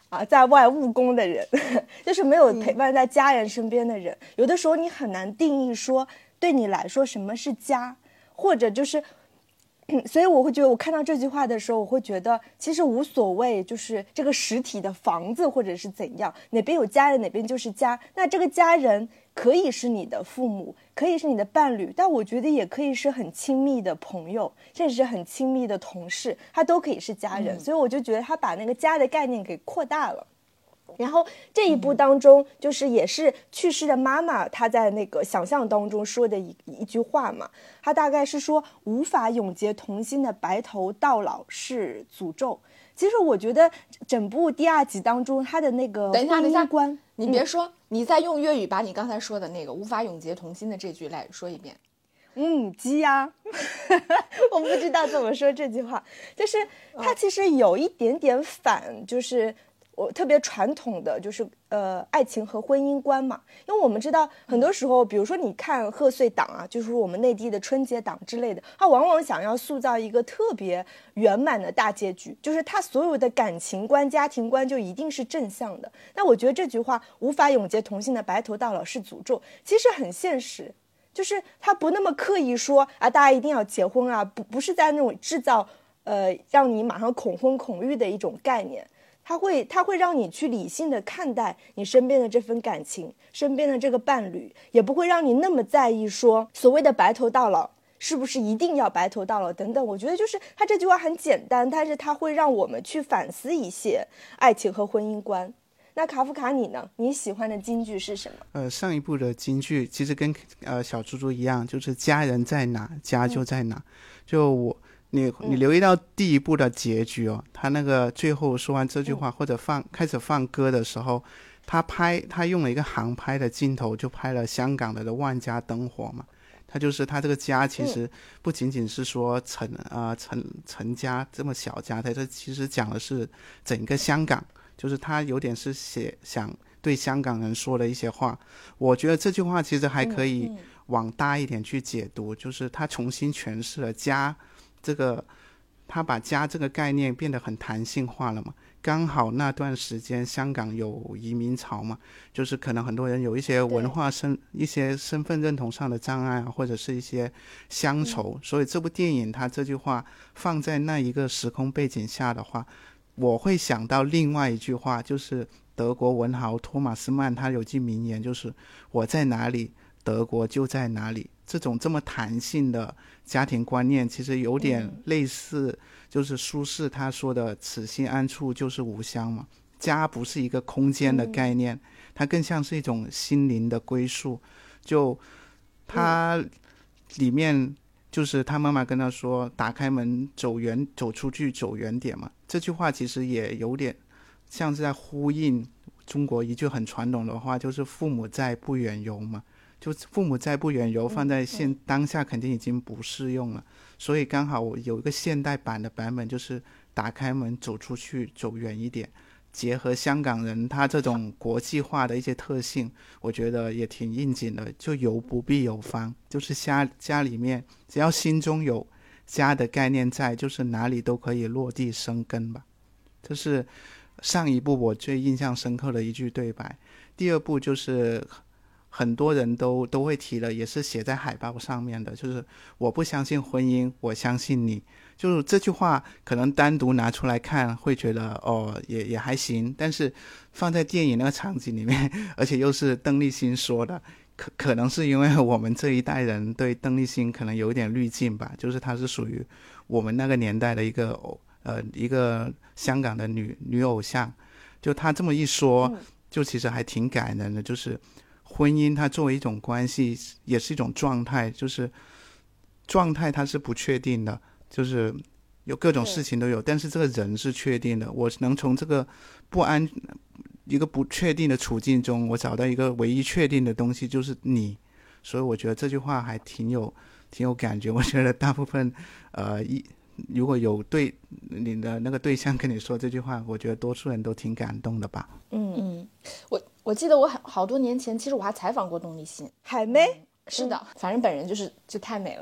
S3: 在外务工的人，就是没有陪伴在家人身边的人，有的时候你很难定义说对你来说什么是家，或者就是所以我会觉得我看到这句话的时候，我会觉得其实无所谓，就是这个实体的房子或者是怎样，哪边有家人哪边就是家。那这个家人可以是你的父母，可以是你的伴侣，但我觉得也可以是很亲密的朋友，甚至是很亲密的同事，他都可以是家人。所以我就觉得他把那个家的概念给扩大了。然后这一部当中，就是也是去世的妈妈她在那个想象当中说的一句话嘛，她大概是说无法永结同心的白头到老是诅咒。其实我觉得整部第2集当中，她的那个
S2: 等一下
S3: 观，
S2: 你别说，你再用粤语把你刚才说的那个无法永结同心的这句来说一遍。
S3: 鸡呀我不知道怎么说这句话，就是它其实有一点点反，就是我特别传统的就是爱情和婚姻观嘛。因为我们知道很多时候，比如说你看贺岁档啊，就是我们内地的春节档之类的，他往往想要塑造一个特别圆满的大结局，就是他所有的感情观家庭观就一定是正向的。那我觉得这句话无法永结同心的白头到老是诅咒，其实很现实，就是他不那么刻意说大家一定要结婚啊，不是在那种制造让你马上恐婚恐育的一种概念。它会让你去理性的看待你身边的这份感情，身边的这个伴侣，也不会让你那么在意说所谓的白头到老是不是一定要白头到老等等。我觉得就是他这句话很简单，但是他会让我们去反思一些爱情和婚姻观。那卡夫卡你呢？你喜欢的金句是什么？
S4: 上一部的金句其实跟小猪猪一样，就是家人在哪家就在哪。就你留意到第一部的结局哦，他那个最后说完这句话，或者开始放歌的时候，他用了一个航拍的镜头，就拍了香港的万家灯火嘛。他就是他这个家其实不仅仅是说陈家这么小家，他这其实讲的是整个香港，就是他有点是想对香港人说的一些话。我觉得这句话其实还可以往大一点去解读，就是他重新诠释了家这个，他把家这个概念变得很弹性化了嘛。刚好那段时间香港有移民潮嘛，就是可能很多人有一些文化一些身份认同上的障碍啊，或者是一些乡愁，所以这部电影它这句话放在那一个时空背景下的话，我会想到另外一句话，就是德国文豪托马斯曼他有句名言，就是我在哪里德国就在哪里。这么弹性的家庭观念其实有点类似就是苏轼他说的此心安处就是吾乡嘛。家不是一个空间的概念，它更像是一种心灵的归宿。就它里面就是他妈妈跟他说打开门走出去走远点嘛，这句话其实也有点像是在呼应中国一句很传统的话，就是父母在不远游嘛。就父母在不远游放在当下肯定已经不适用了，所以刚好我有一个现代版的版本，就是打开门走出去走远一点，结合香港人他这种国际化的一些特性，我觉得也挺应景的。就游不必有方，就是家里面只要心中有家的概念在，就是哪里都可以落地生根吧。这是上一部我最印象深刻的一句对白。第二部就是很多人都会提了，也是写在海报上面的，就是我不相信婚姻，我相信你。就是这句话可能单独拿出来看会觉得也还行，但是放在电影那个场景里面，而且又是邓丽欣说的，可能是因为我们这一代人对邓丽欣可能有点滤镜吧，就是她是属于我们那个年代的一个香港的女偶像。就她这么一说，就其实还挺感人的。就是婚姻它作为一种关系也是一种状态，就是状态它是不确定的，就是有各种事情都有，但是这个人是确定的。我能从这个一个不确定的处境中，我找到一个唯一确定的东西，就是你。所以我觉得这句话还挺有感觉。我觉得大部分如果有对你的那个对象跟你说这句话，我觉得多数人都挺感动的吧。
S2: 我记得我好多年前，其实我还采访过邓丽欣。
S3: 海妹？
S2: 是的，反正本人就太美了。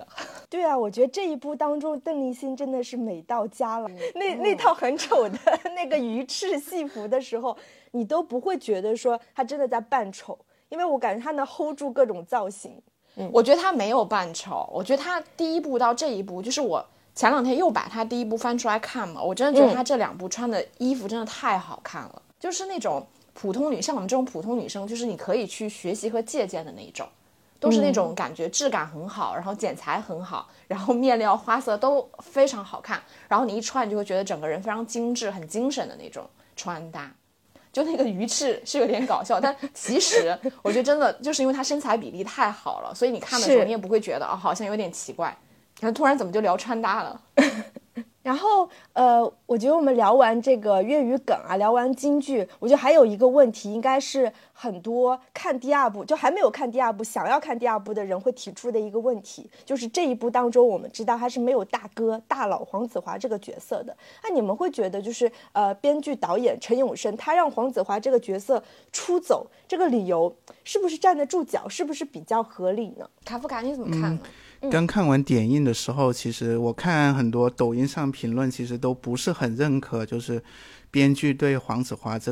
S3: 对啊，我觉得这一部当中邓丽欣真的是美到家了。那套很丑的那个鱼翅戏服的时候，你都不会觉得说她真的在扮丑，因为我感觉她能 hold 住各种造型。
S2: 我觉得她没有扮丑，我觉得她第一部到这一部，就是我前2天又把她第一部翻出来看嘛，我真的觉得她这2部穿的衣服真的太好看了，就是那种普通女，像我们这种普通女生，就是你可以去学习和借鉴的那一种。都是那种感觉质感很好，然后剪裁很好，然后面料花色都非常好看，然后你一穿你就会觉得整个人非常精致很精神的那种穿搭。就那个鱼翅是有点搞笑，但其实我觉得真的就是因为她身材比例太好了，所以你看的时候你也不会觉得好像有点奇怪，然后突然怎么就聊穿搭了。
S3: 然后我觉得我们聊完这个粤语梗啊，聊完京剧，我觉得还有一个问题，应该是很多看第2部就还没有看第2部想要看第2部的人会提出的一个问题，就是这一部当中我们知道他是没有大哥大佬黄子华这个角色的，那你们会觉得就是编剧导演陈永生他让黄子华这个角色出走，这个理由是不是站得住脚，是不是比较合理呢？
S2: 卡夫卡你怎么看呢？
S4: 刚看完点映的时候，其实我看很多抖音上评论，其实都不是很认可，就是编剧对黄子华这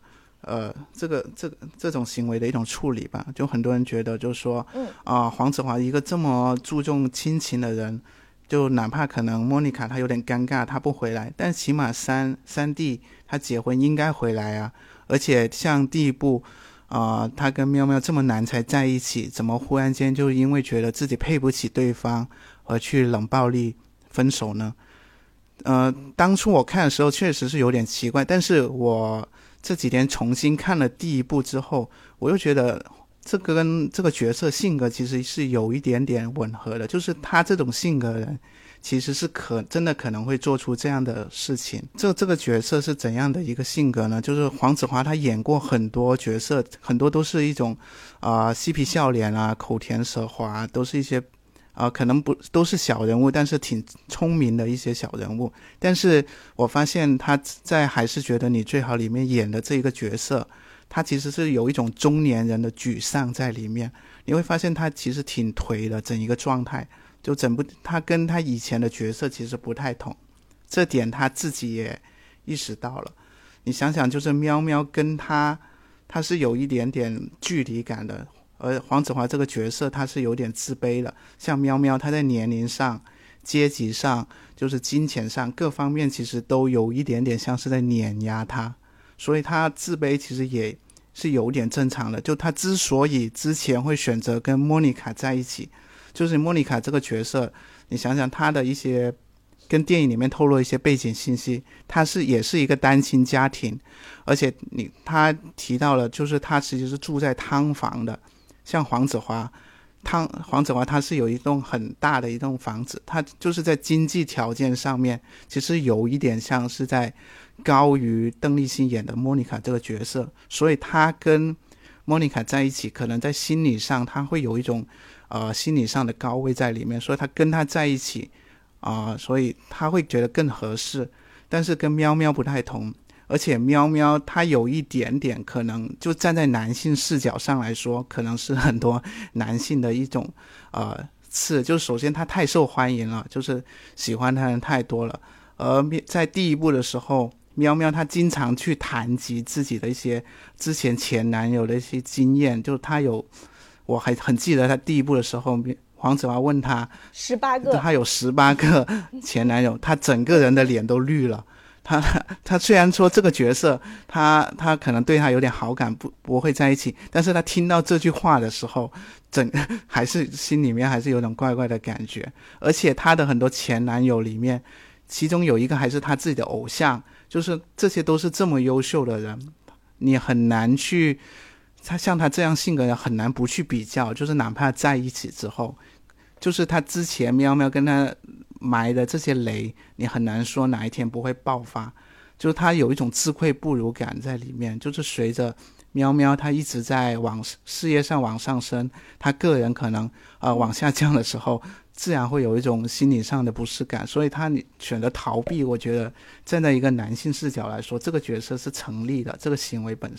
S4: 种行为的一种处理吧。就很多人觉得，就是说，黄子华一个这么注重亲情的人，就哪怕可能莫妮卡她有点尴尬，她不回来，但起码三弟他结婚应该回来啊。而且像第一部。他跟喵喵这么难才在一起，怎么忽然间就因为觉得自己配不起对方而去冷暴力分手呢？当初我看的时候确实是有点奇怪，但是我这几天重新看了第一部之后，我又觉得这个跟这个角色性格其实是有一点点吻合的，就是他这种性格的人其实是真的可能会做出这样的事情。这个角色是怎样的一个性格呢？就是黄子华他演过很多角色，很多都是一种嬉皮笑脸啊，口甜舌滑，都是一些可能不都是小人物，但是挺聪明的一些小人物。但是我发现他在还是觉得你最好里面演的这个角色，他其实是有一种中年人的沮丧在里面，你会发现他其实挺颓的，整一个状态就他跟他以前的角色其实不太同，这点他自己也意识到了。你想想，就是喵喵跟他是有一点点距离感的，而黄子华这个角色他是有点自卑的。像喵喵他在年龄上、阶级上，就是金钱上各方面其实都有一点点像是在碾压他，所以他自卑其实也是有点正常的。就他之所以之前会选择跟莫妮卡在一起，就是莫妮卡这个角色，你想想他的一些跟电影里面透露一些背景信息，他也是一个单亲家庭，而且他提到了就是他其实是住在汤房的。像黄子华他是有一栋很大的一栋房子，他就是在经济条件上面其实有一点像是在高于邓丽欣演的莫妮卡这个角色，所以他跟莫妮卡在一起可能在心理上他会有一种心理上的高位在里面，所以他跟他在一起所以他会觉得更合适。但是跟喵喵不太同，而且喵喵他有一点点可能就站在男性视角上来说，可能是很多男性的一种刺，就是首先他太受欢迎了，就是喜欢他人太多了。而在第一部的时候，喵喵他经常去谈及自己的一些之前前男友的一些经验，就我还很记得他第一部的时候，黄子华问他
S3: 18个，
S4: 他有18个前男友，他整个人的脸都绿了。他虽然说这个角色他可能对他有点好感，不会在一起，但是他听到这句话的时候，还是心里面还是有种怪怪的感觉。而且他的很多前男友里面，其中有一个还是他自己的偶像，就是这些都是这么优秀的人，你很难去像他这样性格的人很难不去比较，就是哪怕在一起之后，就是他之前喵喵跟他埋的这些雷，你很难说哪一天不会爆发。就是他有一种自愧不如感在里面，就是随着喵喵他一直在事业上往上升，他个人可能往下降的时候，自然会有一种心理上的不适感，所以他选择逃避。我觉得站在一个男性视角来说，这个角色是成立的，这个行为本身。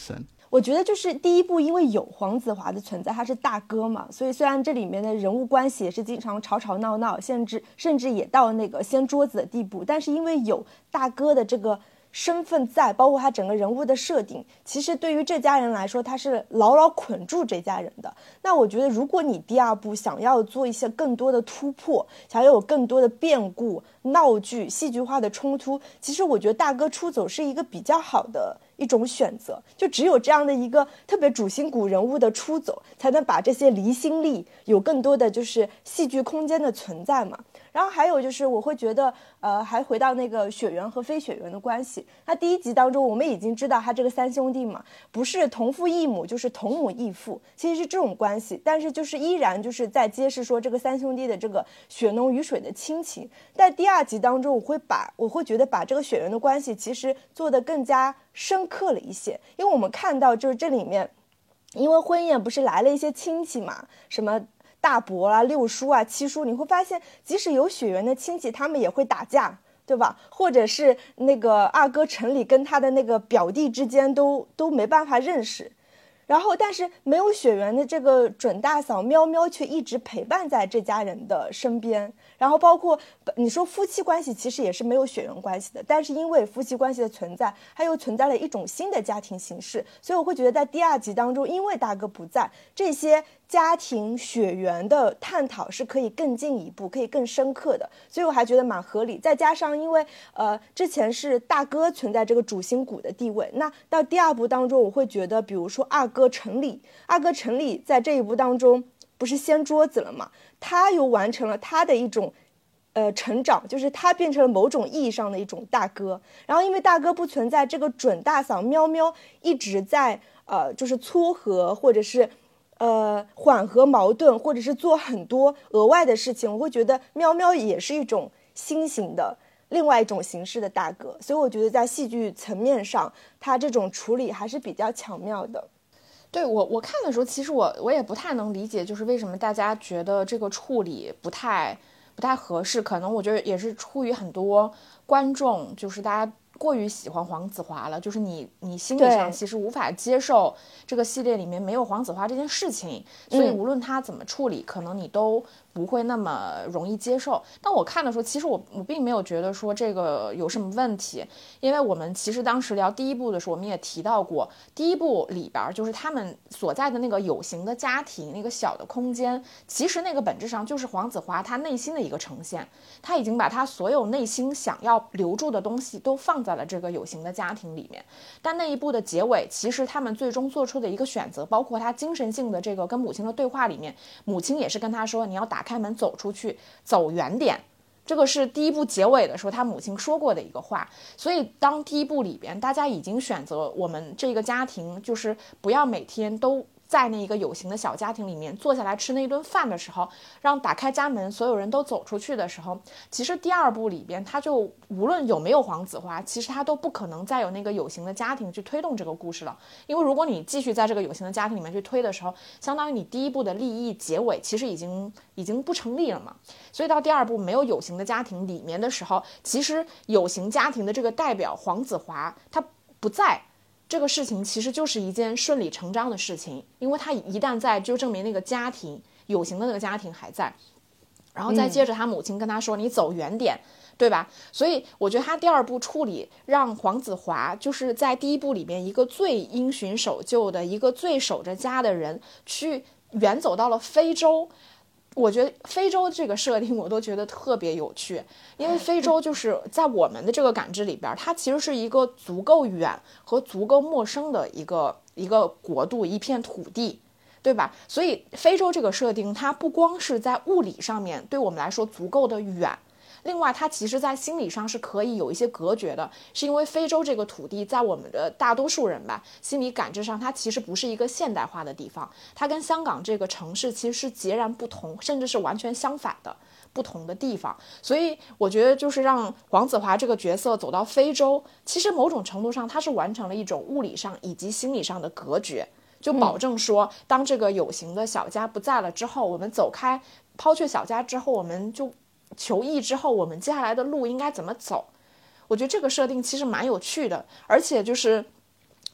S3: 我觉得就是第一部，因为有黄子华的存在，他是大哥嘛，所以虽然这里面的人物关系也是经常吵吵闹闹，甚至也到那个掀桌子的地步，但是因为有大哥的这个身份在，包括他整个人物的设定，其实对于这家人来说，他是牢牢捆住这家人的。那我觉得，如果你第二部想要做一些更多的突破，想要有更多的变故、闹剧、戏剧化的冲突，其实我觉得大哥出走是一个比较好的一种选择。就只有这样的一个特别主心骨人物的出走，才能把这些离心力有更多的就是戏剧空间的存在嘛。然后还有就是我会觉得还回到那个血缘和非血缘的关系。那第一集当中我们已经知道他这个三兄弟嘛，不是同父异母就是同母异父，其实是这种关系，但是就是依然就是在揭示说这个三兄弟的这个血浓于水的亲情。在第二集当中我会觉得把这个血缘的关系其实做得更加深刻了一些，因为我们看到就是这里面因为婚宴不是来了一些亲戚嘛，什么大伯啊、六叔啊、七叔，你会发现即使有血缘的亲戚他们也会打架，对吧？或者是那个二哥陈理跟他的那个表弟之间都没办法认识，然后但是没有血缘的这个准大嫂喵喵却一直陪伴在这家人的身边。然后包括你说夫妻关系其实也是没有血缘关系的，但是因为夫妻关系的存在，它又存在了一种新的家庭形式，所以我会觉得在第二集当中，因为大哥不在，这些家庭血缘的探讨是可以更进一步，可以更深刻的，所以我还觉得蛮合理。再加上因为之前是大哥存在这个主心骨的地位，那到第二部当中我会觉得比如说二哥陈理在这一部当中不是掀桌子了嘛，他又完成了他的一种成长，就是他变成了某种意义上的一种大哥。然后因为大哥不存在，这个准大嫂喵喵一直在就是撮合或者是缓和矛盾，或者是做很多额外的事情，我会觉得喵喵也是一种新型的另外一种形式的大哥。所以我觉得在戏剧层面上他这种处理还是比较巧妙的。
S2: 对，我看的时候其实我也不太能理解，就是为什么大家觉得这个处理不太合适。可能我觉得也是出于很多观众就是大家过于喜欢黄子华了，就是你心理上其实无法接受这个系列里面没有黄子华这件事情，所以无论他怎么处理，可能你都不会那么容易接受。但我看的时候，其实我并没有觉得说这个有什么问题，因为我们其实当时聊第一部的时候，我们也提到过，第一部里边就是他们所在的那个有形的家庭，那个小的空间，其实那个本质上就是黄子华他内心的一个呈现，他已经把他所有内心想要留住的东西都放在了这个有形的家庭里面。但那一部的结尾，其实他们最终做出的一个选择，包括他精神性的这个跟母亲的对话里面，母亲也是跟他说，你要打开门走出去，走远点，这个是第一部结尾的时候他母亲说过的一个话。所以当第一部里边大家已经选择我们这个家庭就是不要每天都在那一个有形的小家庭里面坐下来吃那一顿饭的时候，让打开家门所有人都走出去的时候，其实第二部里边他就无论有没有黄子华，其实他都不可能再有那个有形的家庭去推动这个故事了。因为如果你继续在这个有形的家庭里面去推的时候，相当于你第一部的立意结尾其实已经不成立了嘛。所以到第二部没有有形的家庭里面的时候，其实有形家庭的这个代表黄子华他不在，这个事情其实就是一件顺理成章的事情，因为他一旦在，就证明那个家庭有形的那个家庭还在。然后再接着他母亲跟他说，你走远点，对吧？所以我觉得他第二部处理让黄子华就是在第一部里面一个最因循守旧的一个最守着家的人，去远走到了非洲。我觉得非洲这个设定我都觉得特别有趣，因为非洲就是在我们的这个感知里边，它其实是一个足够远和足够陌生的一个国度，一片土地，对吧？所以非洲这个设定它不光是在物理上面对我们来说足够的远，另外它其实在心理上是可以有一些隔绝的，是因为非洲这个土地在我们的大多数人吧心理感知上，它其实不是一个现代化的地方，它跟香港这个城市其实是截然不同，甚至是完全相反的不同的地方。所以我觉得就是让黄子华这个角色走到非洲，其实某种程度上它是完成了一种物理上以及心理上的隔绝，就保证说当这个有形的小家不在了之后，我们走开抛却小家之后，我们就求异之后，我们接下来的路应该怎么走。我觉得这个设定其实蛮有趣的，而且就是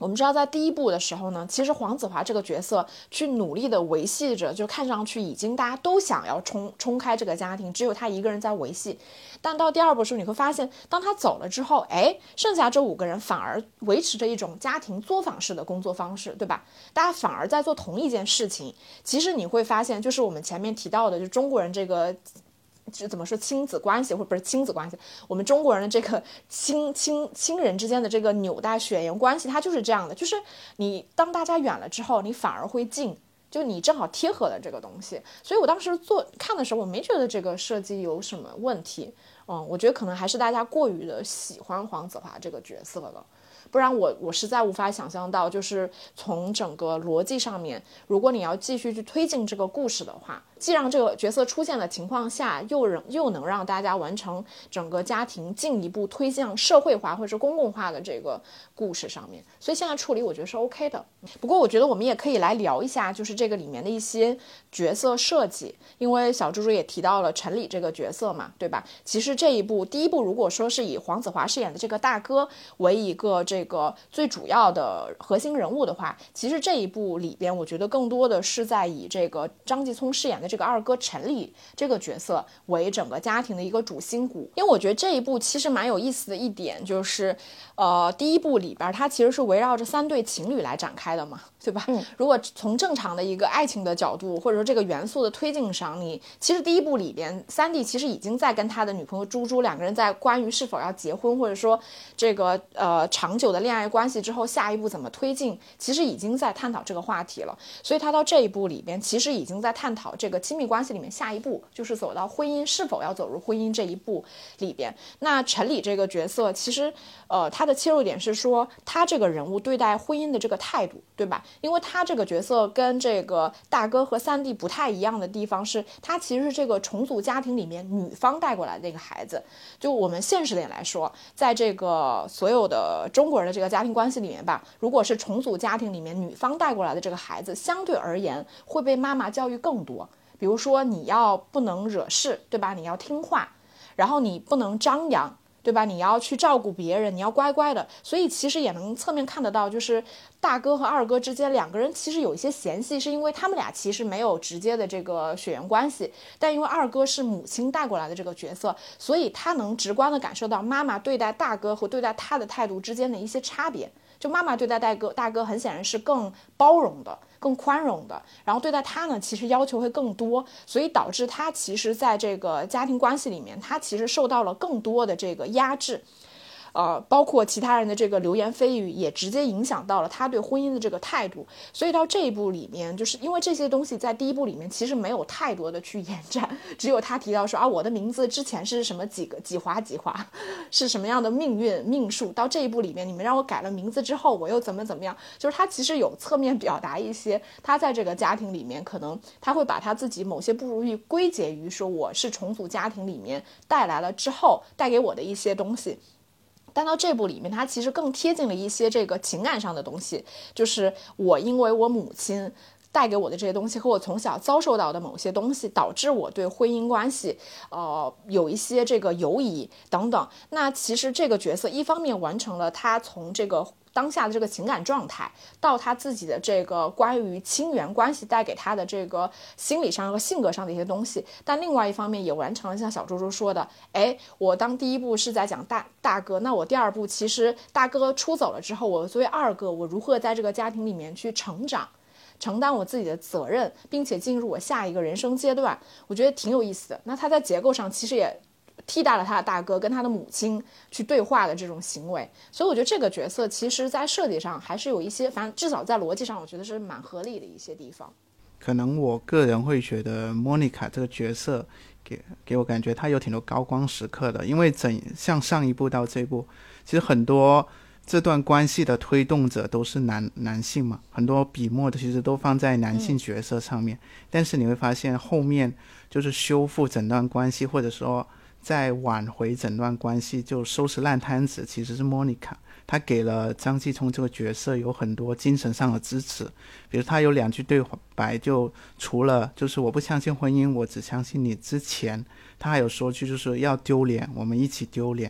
S2: 我们知道在第一部的时候呢，其实黄子华这个角色去努力的维系着，就看上去已经大家都想要冲开这个家庭，只有他一个人在维系。但到第二部的时候你会发现，当他走了之后，剩下这5个人反而维持着一种家庭作坊式的工作方式，对吧？大家反而在做同一件事情。其实你会发现，就是我们前面提到的，就中国人这个怎么说亲子关系，或者不是亲子关系，我们中国人的这个亲人之间的这个纽带血缘关系，它就是这样的，就是你当大家远了之后，你反而会近，就你正好贴合了这个东西。所以我当时看的时候，我没觉得这个设计有什么问题。我觉得可能还是大家过于的喜欢黄子华这个角色了。不然我实在无法想象到，就是从整个逻辑上面，如果你要继续去推进这个故事的话，既让这个角色出现的情况下，又能让大家完成整个家庭进一步推向社会化或者是公共化的这个故事上面，所以现在处理我觉得是 OK 的。不过我觉得我们也可以来聊一下，就是这个里面的一些角色设计，因为小猪猪也提到了陈理这个角色嘛，对吧？其实第一部如果说是以黄子华饰演的这个大哥为一个这个最主要的核心人物的话，其实这一部里边我觉得更多的是在以这个张继聪饰演的这个二哥陈理这个角色为整个家庭的一个主心骨。因为我觉得这一部其实蛮有意思的一点就是第一部里边它其实是围绕着3对情侣来展开的嘛，对吧？如果从正常的一个爱情的角度，或者说这个元素的推进上，你其实第一部里边三弟其实已经在跟他的女朋友猪猪两个人在关于是否要结婚，或者说这个长久的恋爱关系之后下一步怎么推进，其实已经在探讨这个话题了。所以他到这一步里边其实已经在探讨这个亲密关系里面下一步就是走到婚姻，是否要走入婚姻这一步里边。那陈理这个角色其实他的切入点是说他这个人物对待婚姻的这个态度，对吧？因为他这个角色跟这个大哥和三弟不太一样的地方是，他其实是这个重组家庭里面女方带过来的这个孩子。就我们现实点来说，在这个所有的中国人的这个家庭关系里面吧，如果是重组家庭里面女方带过来的这个孩子，相对而言会被妈妈教育更多。比如说你要不能惹事，对吧？你要听话，然后你不能张扬，对吧？你要去照顾别人，你要乖乖的。所以其实也能侧面看得到，就是大哥和二哥之间两个人其实有一些嫌隙，是因为他们俩其实没有直接的这个血缘关系，但因为二哥是母亲带过来的这个角色，所以他能直观的感受到妈妈对待大哥和对待他的态度之间的一些差别。就妈妈对待大哥很显然是更包容的，更宽容的，然后对待他呢其实要求会更多，所以导致他其实在这个家庭关系里面，他其实受到了更多的这个压制。包括其他人的这个流言蜚语也直接影响到了他对婚姻的这个态度。所以到这一步里面，就是因为这些东西在第一部里面其实没有太多的去延展，只有他提到说我的名字之前是什么几华是什么样的命运命数，到这一步里面你们让我改了名字之后我又怎么样，就是他其实有侧面表达一些他在这个家庭里面可能他会把他自己某些不如意归结于说我是重组家庭里面带来了之后带给我的一些东西。但到这部里面它其实更贴近了一些这个情感上的东西，就是我因为我母亲带给我的这些东西和我从小遭受到的某些东西，导致我对婚姻关系有一些这个犹疑等等。那其实这个角色一方面完成了他从这个当下的这个情感状态到他自己的这个关于亲缘关系带给他的这个心理上和性格上的一些东西，但另外一方面也完成了像小猪猪说的，我当第一部是在讲大哥，那我第二部其实大哥出走了之后，我作为二哥我如何在这个家庭里面去成长，承担我自己的责任，并且进入我下一个人生阶段，我觉得挺有意思的。那他在结构上其实也替代了他的大哥跟他的母亲去对话的这种行为，所以我觉得这个角色其实在设计上还是有一些，反正至少在逻辑上我觉得是蛮合理的一些地方。
S4: 可能我个人会觉得莫妮卡这个角色给我感觉她有挺多高光时刻的，因为像上一部到这一部其实很多这段关系的推动者都是男性嘛，很多笔墨的其实都放在男性角色上面，但是你会发现后面就是修复整段关系或者说再挽回整段关系就收拾烂摊子其实是莫妮卡，她给了张继聪这个角色有很多精神上的支持。比如他有2句对白，就除了就是我不相信婚姻我只相信你之前，他还有说句就是要丢脸我们一起丢脸，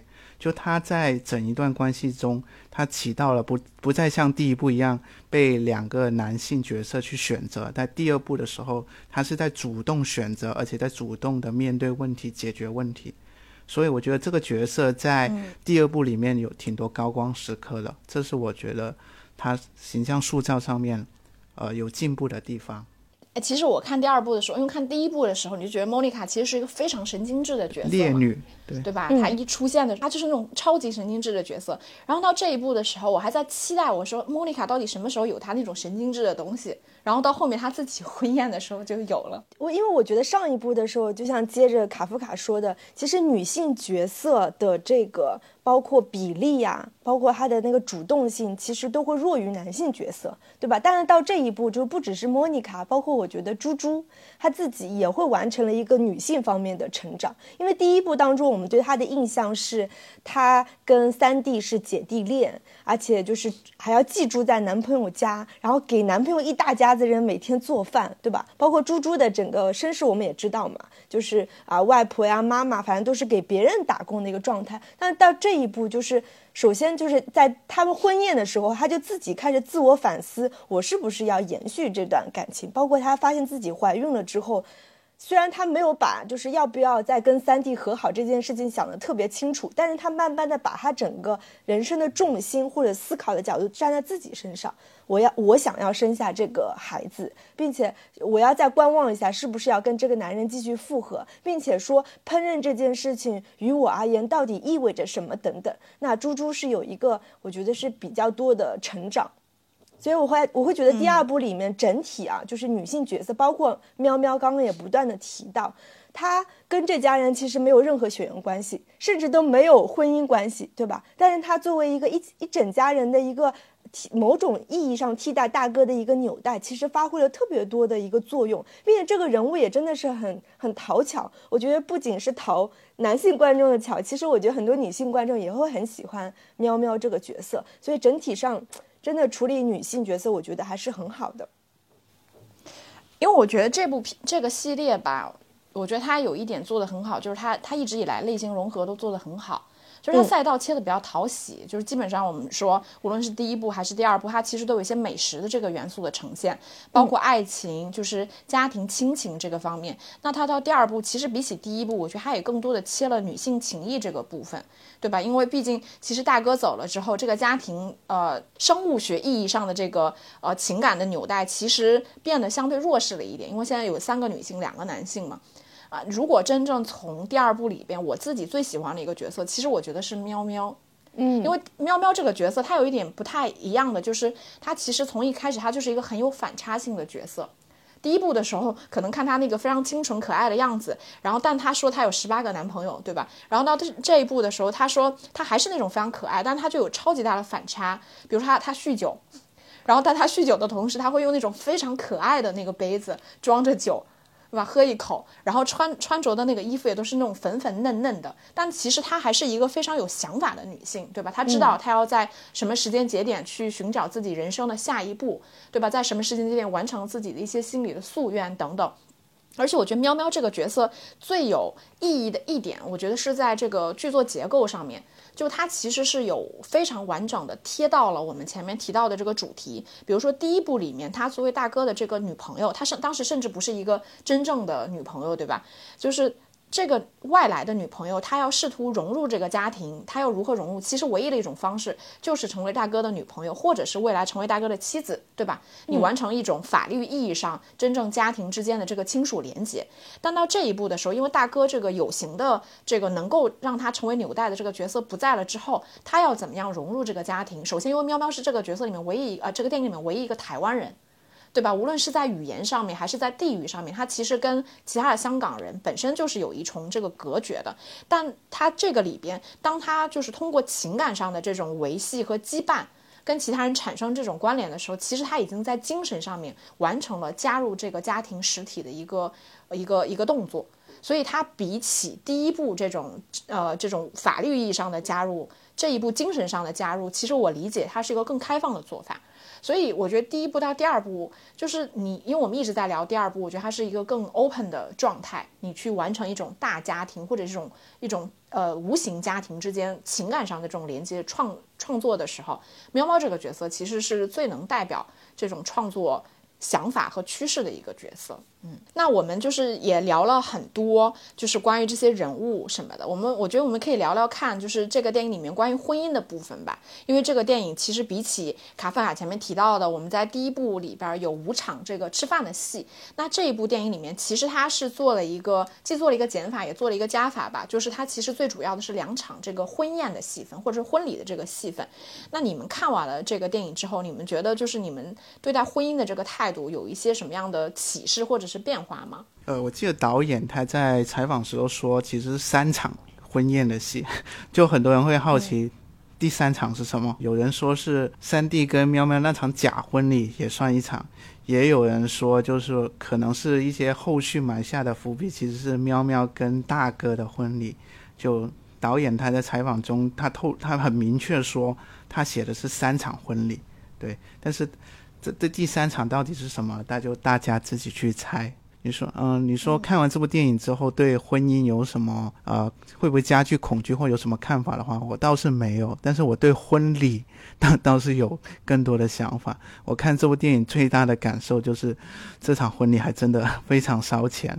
S4: 就他在整一段关系中，他起到了不再像第一部一样被两个男性角色去选择，在第二部的时候，他是在主动选择，而且在主动的面对问题、解决问题。所以我觉得这个角色在第二部里面有挺多高光时刻的，这是我觉得他形象塑造上面有进步的地方。
S2: 其实我看第二部的时候，因为看第一部的时候你就觉得莫妮卡其实是一个非常神经质的角色，
S4: 烈女，
S2: 对吧？她一出现的她就是那种超级神经质的角色，然后到这一部的时候我还在期待，我说莫妮卡到底什么时候有她那种神经质的东西，然后到后面她自己婚宴的时候就有了。
S3: 因为我觉得上一部的时候就像接着卡夫卡说的，其实女性角色的这个包括比例呀，包括她的那个主动性其实都会弱于男性角色，对吧？但是到这一步就不只是莫妮卡，包括我觉得猪猪她自己也会完成了一个女性方面的成长。因为第一部当中我们对她的印象是她跟三弟是姐弟恋，而且就是还要寄住在男朋友家，然后给男朋友一大家子人每天做饭，对吧？包括猪猪的整个身世我们也知道嘛，就是外婆呀妈妈反正都是给别人打工的一个状态。但到这一步就是首先就是在他们婚宴的时候，他就自己开始自我反思，我是不是要延续这段感情，包括他发现自己怀孕了之后，虽然他没有把就是要不要再跟三弟和好这件事情想得特别清楚，但是他慢慢的把他整个人生的重心或者思考的角度站在自己身上，我想要生下这个孩子，并且我要再观望一下是不是要跟这个男人继续复合，并且说烹饪这件事情于我而言到底意味着什么等等。那猪猪是有一个我觉得是比较多的成长，所以我会觉得第二部里面整体就是女性角色，包括喵喵刚刚也不断的提到，她跟这家人其实没有任何血缘关系，甚至都没有婚姻关系，对吧？但是她作为一个一整家人的一个某种意义上替代大哥的一个纽带，其实发挥了特别多的一个作用，并且这个人物也真的是很讨巧。我觉得不仅是讨男性观众的巧，其实我觉得很多女性观众也会很喜欢喵喵这个角色，所以整体上真的处理女性角色我觉得还是很好的。
S2: 因为我觉得这个系列吧，我觉得它有一点做得很好，就是它一直以来类型融合都做得很好，就是它赛道切的比较讨喜，就是基本上我们说无论是第一部还是第二部，它其实都有一些美食的这个元素的呈现，包括爱情，就是家庭亲情这个方面。那它到第二部其实比起第一部，我觉得它也更多的切了女性情谊这个部分，对吧？因为毕竟其实大哥走了之后，这个家庭生物学意义上的这个情感的纽带其实变得相对弱势了一点，因为现在有3个女性2个男性嘛。如果真正从第二部里边，我自己最喜欢的一个角色，其实我觉得是喵喵。因为喵喵这个角色，它有一点不太一样的，就是它其实从一开始它就是一个很有反差性的角色。第一部的时候，可能看他那个非常清纯可爱的样子，然后但他说他有18个男朋友，对吧？然后到这一部的时候，他说他还是那种非常可爱，但他就有超级大的反差，比如说他酗酒，然后但他酗酒的同时，他会用那种非常可爱的那个杯子装着酒，对吧？喝一口，然后穿着的那个衣服也都是那种粉粉嫩嫩的，但其实她还是一个非常有想法的女性，对吧？她知道她要在什么时间节点去寻找自己人生的下一步，对吧？在什么时间节点完成自己的一些心理的夙愿等等。而且我觉得喵喵这个角色最有意义的一点，我觉得是在这个剧作结构上面，就它其实是有非常完整的贴到了我们前面提到的这个主题。比如说第一部里面，他作为大哥的这个女朋友，她是当时甚至不是一个真正的女朋友，对吧？就是这个外来的女朋友，她要试图融入这个家庭，她要如何融入？其实唯一的一种方式就是成为大哥的女朋友，或者是未来成为大哥的妻子，对吧？你完成一种法律意义上真正家庭之间的这个亲属连结。但到这一步的时候，因为大哥这个有形的这个能够让他成为纽带的这个角色不在了之后，他要怎么样融入这个家庭？首先，因为喵喵是这个角色里面唯一这个电影里面唯一一个台湾人。对吧？无论是在语言上面还是在地域上面，他其实跟其他的香港人本身就是有一重这个隔绝的。但他这个里边，当他就是通过情感上的这种维系和羁绊，跟其他人产生这种关联的时候，其实他已经在精神上面完成了加入这个家庭实体的一个动作。 所以它比起第一部这种法律意义上的加入，这一部精神上的加入，其实我理解它是一个更开放的做法。所以我觉得第一部到第二部，就是因为我们一直在聊第二部，我觉得它是一个更 open 的状态，你去完成一种大家庭或者一种无形家庭之间情感上的这种连接创作的时候，喵喵这个角色其实是最能代表这种创作想法和趋势的一个角色。那我们就是也聊了很多，就是关于这些人物什么的。我觉得我们可以聊聊看，就是这个电影里面关于婚姻的部分吧。因为这个电影其实比起卡夫卡前面提到的，我们在第一部里边有5场这个吃饭的戏，那这一部电影里面其实它是既做了一个减法，也做了一个加法吧。就是它其实最主要的是2场这个婚宴的戏份，或者是婚礼的这个戏份。那你们看完了这个电影之后，你们觉得就是你们对待婚姻的这个态度有一些什么样的启示或者是变化吗？
S4: 我记得导演他在采访时候说，其实是3场婚宴的戏，就很多人会好奇第3场是什么。有人说是三弟跟喵喵那场假婚礼也算一场，也有人说就是可能是一些后续埋下的伏笔，其实是喵喵跟大哥的婚礼。就导演他在采访中他很明确说他写的是3场婚礼，对，但是这第3场到底是什么，大家自己去猜。你说看完这部电影之后对婚姻有什么会不会加剧恐惧或有什么看法的话，我倒是没有，但是我对婚礼倒是有更多的想法。我看这部电影最大的感受就是这场婚礼还真的非常烧钱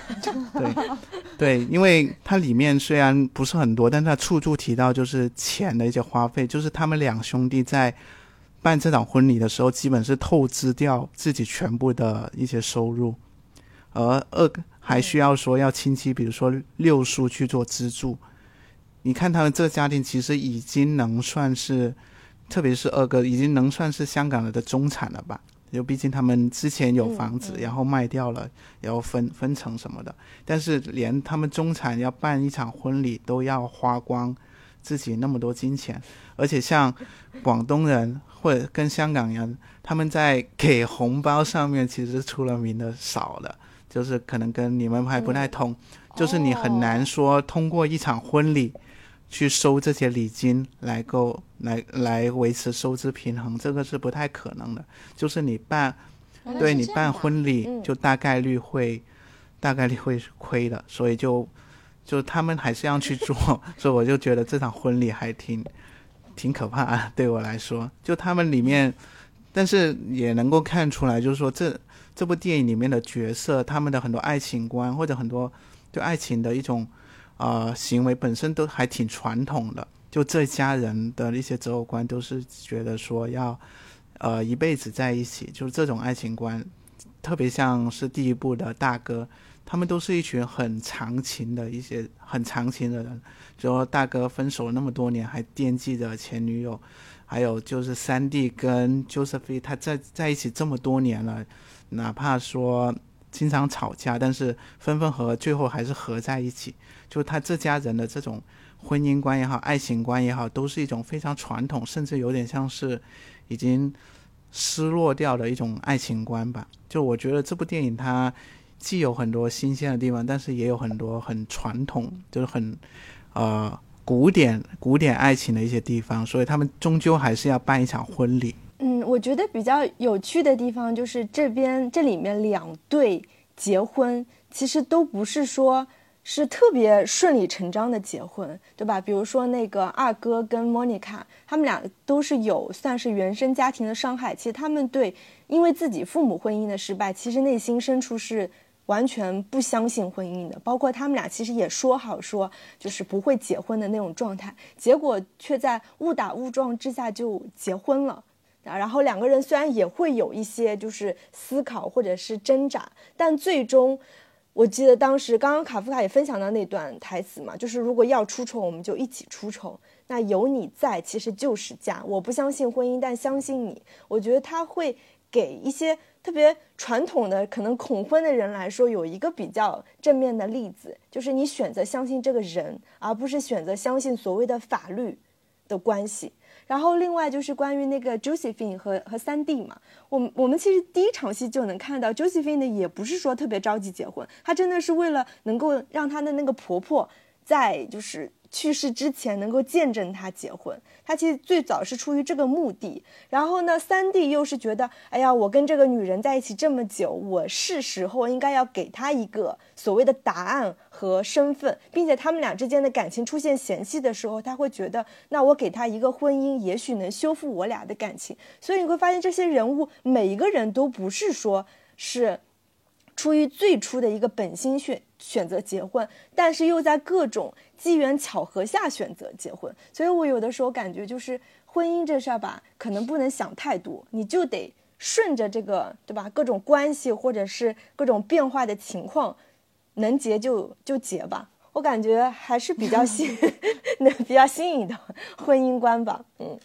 S4: 对，因为它里面虽然不是很多，但它处处提到就是钱的一些花费，就是他们2兄弟在办这场婚礼的时候基本是透支掉自己全部的一些收入，而2还需要说要亲戚比如说6叔去做资助。你看他们这个家庭其实已经能算是，特别是2哥已经能算是香港的中产了吧，就毕竟他们之前有房子然后卖掉了然后分成什么的，但是连他们中产要办一场婚礼都要花光自己那么多金钱。而且像广东人或者跟香港人，他们在给红包上面其实出了名的少的，就是可能跟你们还不太同，就是你很难说通过一场婚礼去收这些礼金来维持收支平衡，这个是不太可能的。就是你办婚礼就大概率会亏的，所以就他们还是要去做所以我就觉得这场婚礼还挺可怕的，对我来说。就他们里面，但是也能够看出来，就是说这部电影里面的角色，他们的很多爱情观或者很多对爱情的一种行为本身都还挺传统的。就这家人的一些择偶观都是觉得说要一辈子在一起，就是这种爱情观。特别像是第一部的大哥，他们都是一群很长情的人，就说大哥分手了那么多年还惦记着前女友，还有就是三弟跟 Josephine 他在一起这么多年了，哪怕说经常吵架，但是分分合合最后还是合在一起。就他这家人的这种婚姻观也好爱情观也好，都是一种非常传统，甚至有点像是已经失落掉的一种爱情观吧。就我觉得这部电影它既有很多新鲜的地方，但是也有很多很传统，就是很古典爱情的一些地方，所以他们终究还是要办一场婚礼。
S3: 我觉得比较有趣的地方就是这里面2对结婚其实都不是说是特别顺理成章的结婚，对吧？比如说那个2哥跟莫妮卡，他们俩都是有算是原生家庭的伤害，其实他们因为自己父母婚姻的失败，其实内心深处是完全不相信婚姻的，包括他们俩其实也说好说就是不会结婚的那种状态，结果却在误打误撞之下就结婚了。然后2个人虽然也会有一些就是思考或者是挣扎，但最终我记得当时刚刚卡夫卡也分享到那段台词嘛，就是如果要出丑我们就一起出丑，那有你在其实就是家，我不相信婚姻但相信你。我觉得他会给一些特别传统的可能恐婚的人来说有一个比较正面的例子，就是你选择相信这个人而不是选择相信所谓的法律， 的关系。然后另外就是关于那个 Josephine 和三弟嘛，我们其实第一场戏就能看到 Josephine 呢也不是说特别着急结婚，她真的是为了能够让她的那个婆婆在就是去世之前能够见证她结婚，她其实最早是出于这个目的。然后呢，三弟又是觉得，哎呀，我跟这个女人在一起这么久，我是时候应该要给她一个所谓的答案和身份，并且他们俩之间的感情出现嫌隙的时候，他会觉得，那我给她一个婚姻，也许能修复我俩的感情。所以你会发现，这些人物每一个人都不是说是出于最初的一个本心选择结婚，但是又在各种机缘巧合下选择结婚。所以我有的时候感觉就是婚姻这事儿吧，可能不能想太多，你就得顺着这个，对吧？各种关系或者是各种变化的情况，能结就结吧。我感觉还是比较比较新颖的婚姻观吧。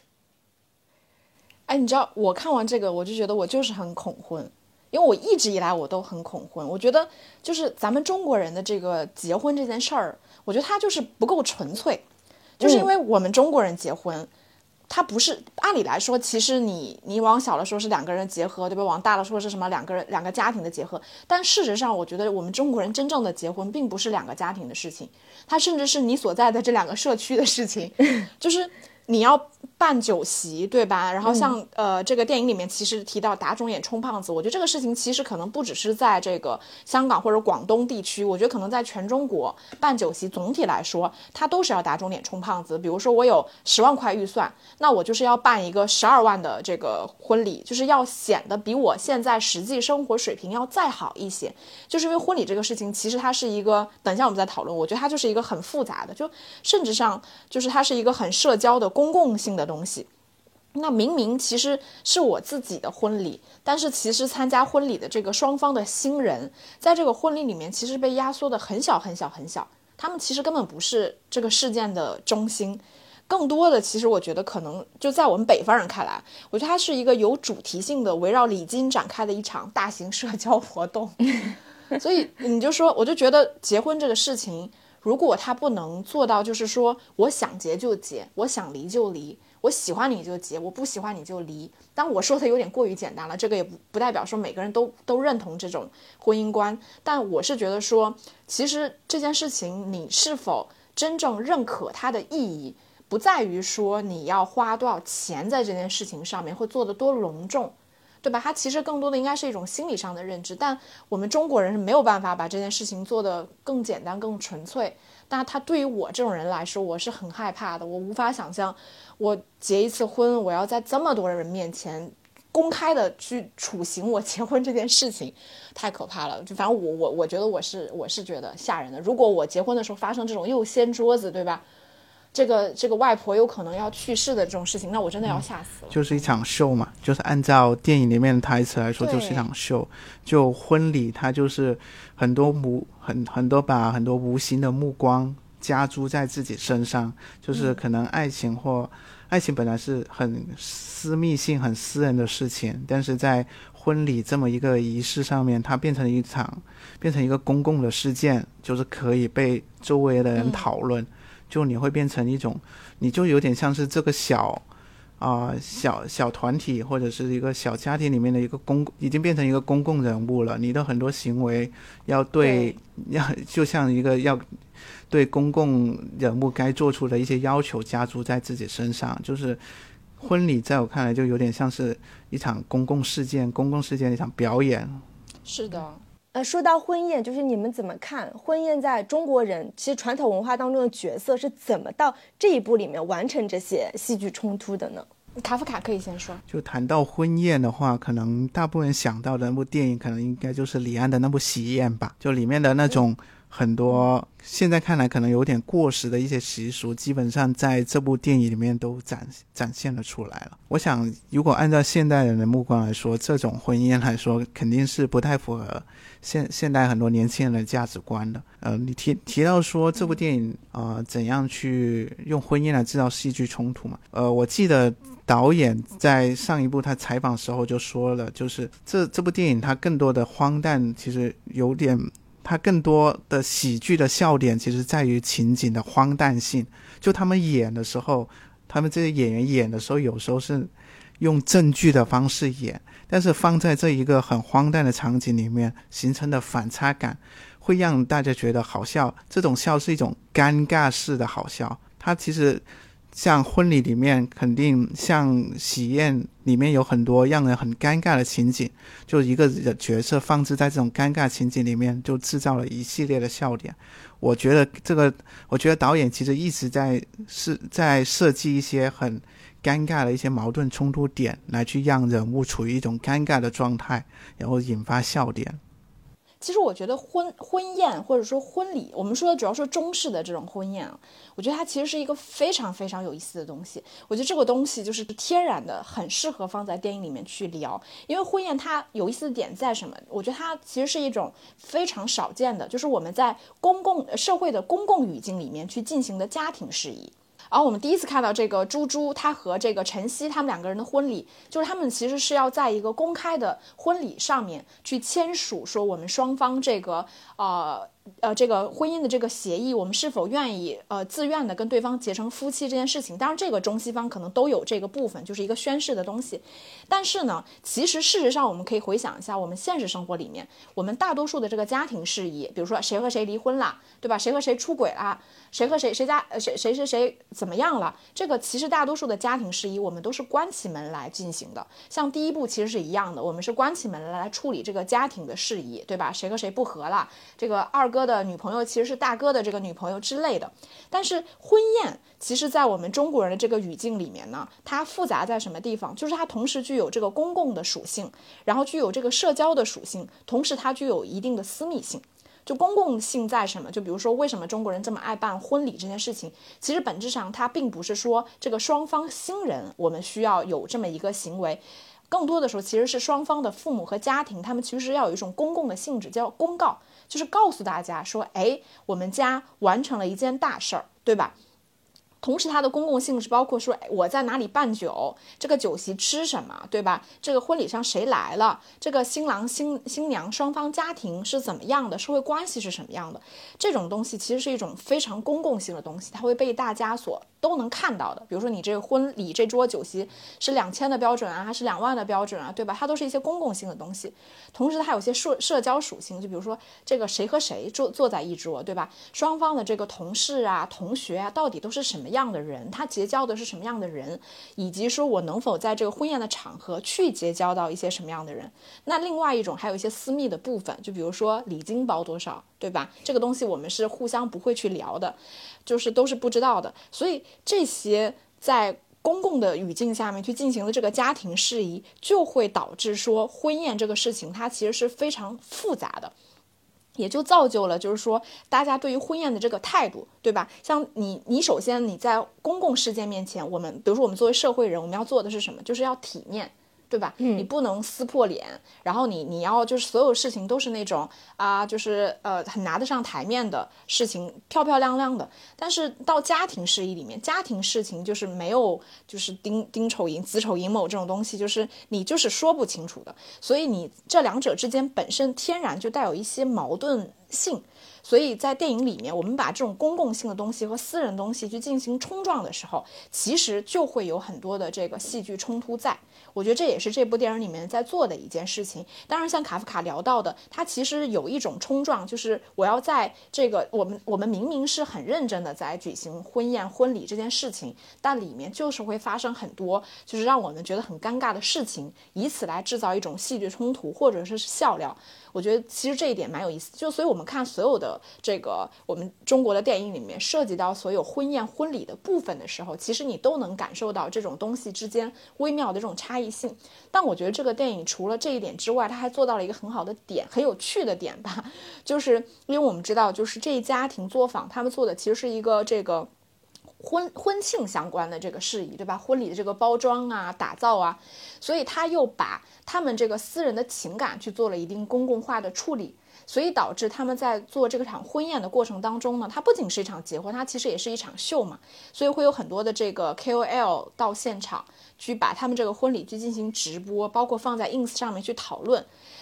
S2: 哎，你知道我看完这个，我就觉得我就是很恐婚。因为我一直以来我都很恐婚，我觉得就是咱们中国人的这个结婚这件事儿，我觉得它就是不够纯粹，就是因为我们中国人结婚，它不是按理来说，其实你往小了说是两个人结合，对吧？往大了说是什么两个家庭的结合，但事实上，我觉得我们中国人真正的结婚并不是两个家庭的事情，它甚至是你所在的这两个社区的事情，就是你要办酒席，对吧？然后像这个电影里面其实提到打肿眼充胖子，我觉得这个事情其实可能不只是在这个香港或者广东地区，我觉得可能在全中国办酒席总体来说它都是要打肿脸充胖子。比如说我有10万块预算，那我就是要办一个12万的这个婚礼，就是要显得比我现在实际生活水平要再好一些。就是因为婚礼这个事情其实它是一个，等一下我们再讨论，我觉得它就是一个很复杂的，就甚至上就是它是一个很社交的公共性的东西。那明明其实是我自己的婚礼，但是其实参加婚礼的这个双方的新人，在这个婚礼里面其实被压缩的很小很小很小，他们其实根本不是这个事件的中心，更多的其实我觉得可能就在我们北方人看来，我觉得它是一个有主题性的围绕礼金展开的一场大型社交活动。所以你就说，我就觉得结婚这个事情，如果他不能做到就是说我想结就结，我想离就离，我喜欢你就结，我不喜欢你就离。但我说的有点过于简单了，这个也不代表说每个人都认同这种婚姻观，但我是觉得说，其实这件事情你是否真正认可它的意义，不在于说你要花多少钱在这件事情上面，会做得多隆重，对吧？它其实更多的应该是一种心理上的认知，但我们中国人是没有办法把这件事情做得更简单更纯粹。但它对于我这种人来说，我是很害怕的，我无法想象我结一次婚，我要在这么多人面前公开的去处刑我结婚这件事情，太可怕了。就反正我觉得我是觉得吓人的。如果我结婚的时候发生这种又掀桌子，对吧？这个外婆有可能要去世的这种事情，那我真的要吓死了。
S4: 就是一场秀嘛，就是按照电影里面的台词来说，就是一场秀。就婚礼，它就是很多把很多无形的目光加诸在自己身上，就是可能爱情本来是很私密性、很私人的事情，但是在婚礼这么一个仪式上面，它变成一个公共的事件，就是可以被周围的人讨论。就你会变成一种，你就有点像是这个小团体或者是一个小家庭里面的一个已经变成一个公共人物了。你的很多行为就像一个要对公共人物该做出的一些要求加诸在自己身上。就是婚礼在我看来就有点像是一场公共事件的一场表演。
S2: 是的。
S3: 说到婚宴，就是你们怎么看婚宴在中国人其实传统文化当中的角色是怎么到这一步里面完成这些戏剧冲突的呢？
S2: 卡夫卡可以先说。
S4: 就谈到婚宴的话，可能大部分人想到的那部电影可能应该就是李安的那部喜宴吧，就里面的那种很多现在看来可能有点过时的一些习俗，基本上在这部电影里面都展现了出来了。我想如果按照现代人的目光来说，这种婚宴来说肯定是不太符合现代很多年轻人的价值观的。你提到说这部电影怎样去用婚宴来制造戏剧冲突嘛？我记得导演在上一部他采访时候就说了，就是这部电影它更多的荒诞，其实有点，它更多的喜剧的笑点其实在于情景的荒诞性。就他们演的时候， 他们这些演员演的时候有时候是用正剧的方式演，但是放在这一个很荒诞的场景里面形成的反差感会让大家觉得好笑，这种笑是一种尴尬式的好笑。它其实像婚礼里面，肯定像喜宴里面有很多让人很尴尬的情景，就一个角色放置在这种尴尬情景里面，就制造了一系列的笑点。我觉得导演其实一直在设计一些很尴尬的一些矛盾冲突点，来去让人物处于一种尴尬的状态，然后引发笑点。
S2: 其实我觉得婚宴或者说婚礼，我们说的主要是中式的这种婚宴啊，我觉得它其实是一个非常非常有意思的东西。我觉得这个东西就是天然的很适合放在电影里面去聊，因为婚宴它有意思的点在什么？我觉得它其实是一种非常少见的，就是我们在社会的公共语境里面去进行的家庭事宜。然后我们第一次看到这个朱珠他和这个陈曦他们两个人的婚礼，就是他们其实是要在一个公开的婚礼上面去签署说我们双方这个这个婚姻的这个协议，我们是否愿意自愿的跟对方结成夫妻这件事情。当然这个中西方可能都有这个部分，就是一个宣誓的东西。但是呢，其实事实上我们可以回想一下，我们现实生活里面我们大多数的这个家庭事宜，比如说谁和谁离婚了，对吧？谁和谁出轨了，谁和谁谁怎么样了，这个其实大多数的家庭事宜我们都是关起门来进行的。像第一部其实是一样的，我们是关起门来处理这个家庭的事宜，对吧？谁和谁不和了，这个二哥的女朋友其实是大哥的这个女朋友之类的。但是婚宴其实在我们中国人的这个语境里面呢，它复杂在什么地方？就是它同时具有这个公共的属性，然后具有这个社交的属性，同时它具有一定的私密性。就公共性在什么？就比如说为什么中国人这么爱办婚礼这件事情，其实本质上它并不是说这个双方新人我们需要有这么一个行为，更多的时候其实是双方的父母和家庭，他们其实要有一种公共的性质，叫公告，就是告诉大家说，哎，我们家完成了一件大事儿，对吧？同时它的公共性质包括说我在哪里办酒，这个酒席吃什么，对吧？这个婚礼上谁来了，这个新郎新娘双方家庭是怎么样的，社会关系是什么样的，这种东西其实是一种非常公共性的东西，它会被大家所都能看到的。比如说你这个婚礼这桌酒席是2000的标准啊，还是2万的标准啊，对吧？它都是一些公共性的东西。同时它有些社交属性，就比如说这个谁和谁坐在一桌，对吧？双方的这个同事啊同学啊到底都是什么样的人，他结交的是什么样的人，以及说我能否在这个婚宴的场合去结交到一些什么样的人。那另外一种还有一些私密的部分，就比如说礼金包多少，对吧？这个东西我们是互相不会去聊的，就是都是不知道的。所以这些在公共的语境下面去进行的这个家庭事宜，就会导致说婚宴这个事情它其实是非常复杂的，也就造就了就是说大家对于婚宴的这个态度，对吧？像你首先你在公共事件面前，我们比如说我们作为社会人，我们要做的是什么？就是要体面，对吧？你不能撕破脸，然后你要就是所有事情都是那种就是很拿得上台面的事情，漂漂亮亮的。但是到家庭事宜里面，家庭事情就是没有就是丁丑寅子丑寅卯这种东西，就是你就是说不清楚的。所以你这两者之间本身天然就带有一些矛盾性。所以在电影里面，我们把这种公共性的东西和私人东西去进行冲撞的时候，其实就会有很多的这个戏剧冲突在。我觉得这也是这部电影里面在做的一件事情。当然像卡夫卡聊到的，他其实有一种冲撞，就是我要在这个我们明明是很认真的在举行婚宴婚礼这件事情，但里面就是会发生很多就是让我们觉得很尴尬的事情，以此来制造一种戏剧冲突或者是笑料。我觉得其实这一点蛮有意思，就所以我们看所有的这个我们中国的电影里面涉及到所有婚宴婚礼的部分的时候，其实你都能感受到这种东西之间微妙的这种差异性。但我觉得这个电影除了这一点之外，它还做到了一个很好的点，很有趣的点吧，就是因为我们知道就是这一家庭作坊他们做的其实是一个这个婚庆相关的这个事宜，对吧？婚礼的这个包装啊打造啊，所以他又把他们这个私人的情感去做了一定公共化的处理，所以导致他们在做这个场婚宴的过程当中呢，它不仅是一场结婚，它其实也是一场秀嘛，所以会有很多的这个 KOL 到现场去把他们这个婚礼去进行直播，包括放在 ins 上面去讨论。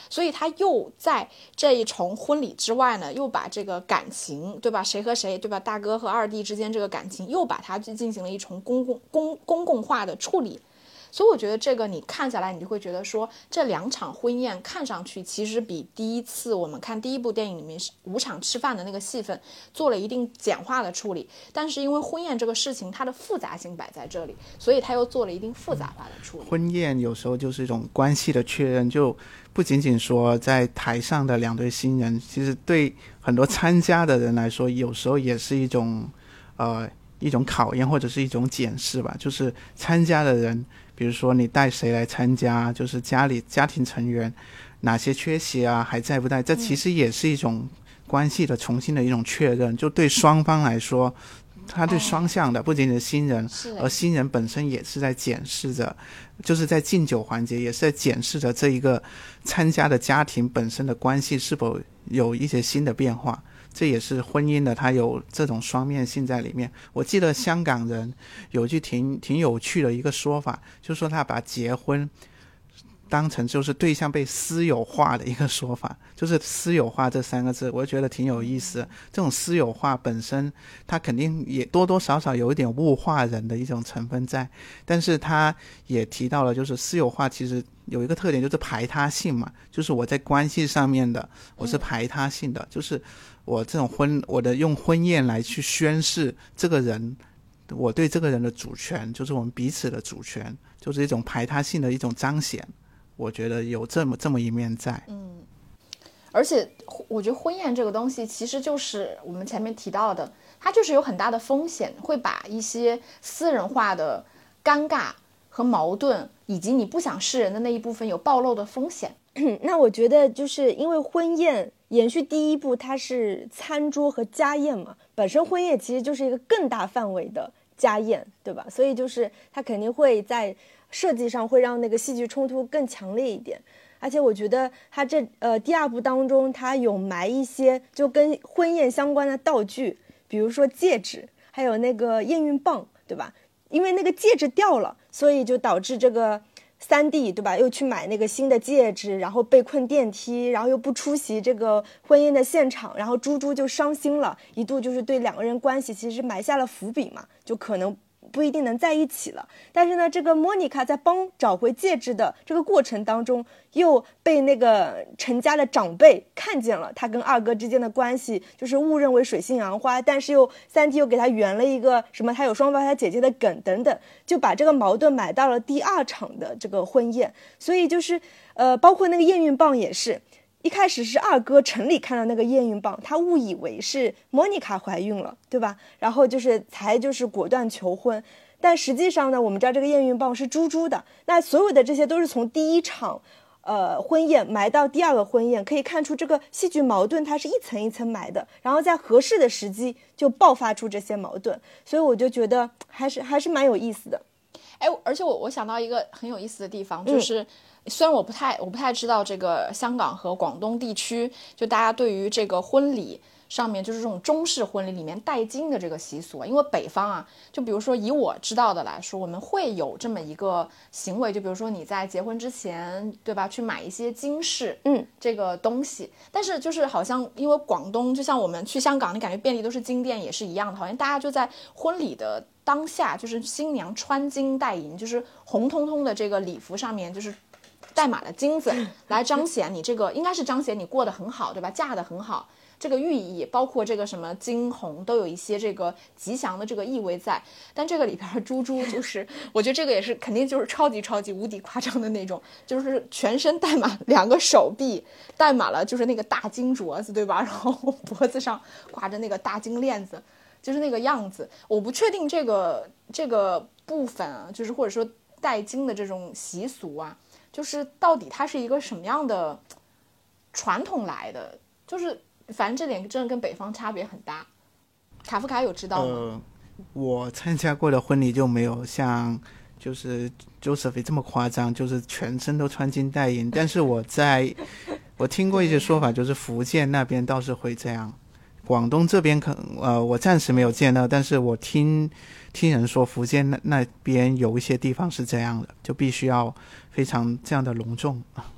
S2: 所以他又在这一重婚礼之外呢，又把这个感情，对吧？谁和谁，对吧？大哥和二弟之间这个感情，又把它进行了一重公共化的处理。所以我觉得这个你看下来，你就会觉得说，这2场婚宴看上去其实比第一次我们看第一部电影里面5场吃饭的那个戏份做了一定简化的处理，但是因为婚宴这个事情它的复杂性摆在这里，所以他又做了一定复杂化的处理。
S4: 婚宴有时候就是一种关系的确认，就不仅仅说在台上的2对新人，其实对很多参加的人来说，有时候也是一种考验或者是一种检视吧。就是参加的人，比如说你带谁来参加，就是家庭成员哪些缺席啊，还在不在，这其实也是一种关系的重新的一种确认。就对双方来说，他对双向的，不仅仅是新人，而新人本身也是在检视着，就是在敬酒环节也是在检视着这一个参加的家庭本身的关系是否有一些新的变化。这也是婚姻的，它有这种双面性在里面。我记得香港人有一句挺有趣的一个说法，就是说他把结婚当成就是对象被私有化的一个说法，就是私有化这3个字，我觉得挺有意思。这种私有化本身它肯定也多多少少有一点物化人的一种成分在，但是他也提到了，就是私有化其实有一个特点，就是排他性嘛，就是我在关系上面的我是排他性的，就是我这种我的用婚宴来去宣示这个人，我对这个人的主权，就是我们彼此的主权，就是一种排他性的一种彰显。我觉得有这么一面在。
S2: 而且我觉得婚宴这个东西其实就是我们前面提到的，它就是有很大的风险，会把一些私人化的尴尬和矛盾以及你不想示人的那一部分有暴露的风险。
S3: 那我觉得就是因为婚宴延续第一部它是餐桌和家宴嘛，本身婚宴其实就是一个更大范围的家宴，对吧？所以就是它肯定会在设计上会让那个戏剧冲突更强烈一点。而且我觉得它第2部当中它有埋一些就跟婚宴相关的道具，比如说戒指，还有那个验孕棒，对吧？因为那个戒指掉了，所以就导致这个3弟，对吧，又去买那个新的戒指，然后被困电梯，然后又不出席这个婚宴的现场，然后猪猪就伤心了，一度就是对2个人关系其实埋下了伏笔嘛，就可能不一定能在一起了。但是呢，这个莫妮卡在帮找回戒指的这个过程当中，又被那个陈家的长辈看见了他跟2哥之间的关系，就是误认为水性杨花，但是3弟又给他圆了一个什么他有双胞胎姐姐的梗等等，就把这个矛盾埋到了第2场的这个婚宴。所以就是包括那个验孕棒也是，一开始是2哥陈理看到那个验孕棒，他误以为是莫妮卡怀孕了，对吧？然后才果断求婚。但实际上呢，我们知道这个验孕棒是猪猪的。那所有的这些都是从第1场婚宴埋到第2个婚宴，可以看出这个戏剧矛盾它是一层一层埋的，然后在合适的时机就爆发出这些矛盾。所以我就觉得还是蛮有意思的。
S2: 而且我想到一个很有意思的地方，就是虽然我不太知道这个香港和广东地区，就大家对于这个婚礼上面就是这种中式婚礼里面戴金的这个习俗，因为北方啊，就比如说以我知道的来说，我们会有这么一个行为，就比如说你在结婚之前，对吧，去买一些金饰，这个东西。但是就是好像因为广东，就像我们去香港，你感觉遍地都是金店，也是一样的，好像大家就在婚礼的当下，就是新娘穿金戴银，就是红彤彤的这个礼服上面就是带满了金子，来彰显你这个应该是彰显你过得很好，对吧？嫁得很好。这个寓意包括这个什么金红都有一些这个吉祥的这个意味在，但这个里边的猪猪就是我觉得这个也是肯定就是超级无敌夸张的那种，就是全身戴满2个手臂戴满了就是那个大金镯子，对吧？然后脖子上挂着那个大金链子，就是那个样子。我不确定这个部分啊，就是或者说戴金的这种习俗啊，就是到底它是一个什么样的传统来的，就是反正这点真的跟北方差别很大。卡夫卡有知道吗？
S4: 我参加过的婚礼就没有像就是 Joseph 这么夸张，就是全身都穿金戴银。但是我听过一些说法，就是福建那边倒是会这样，广东这边我暂时没有见到，但是我听人说福建那边有一些地方是这样的，就必须要非常这样的隆重。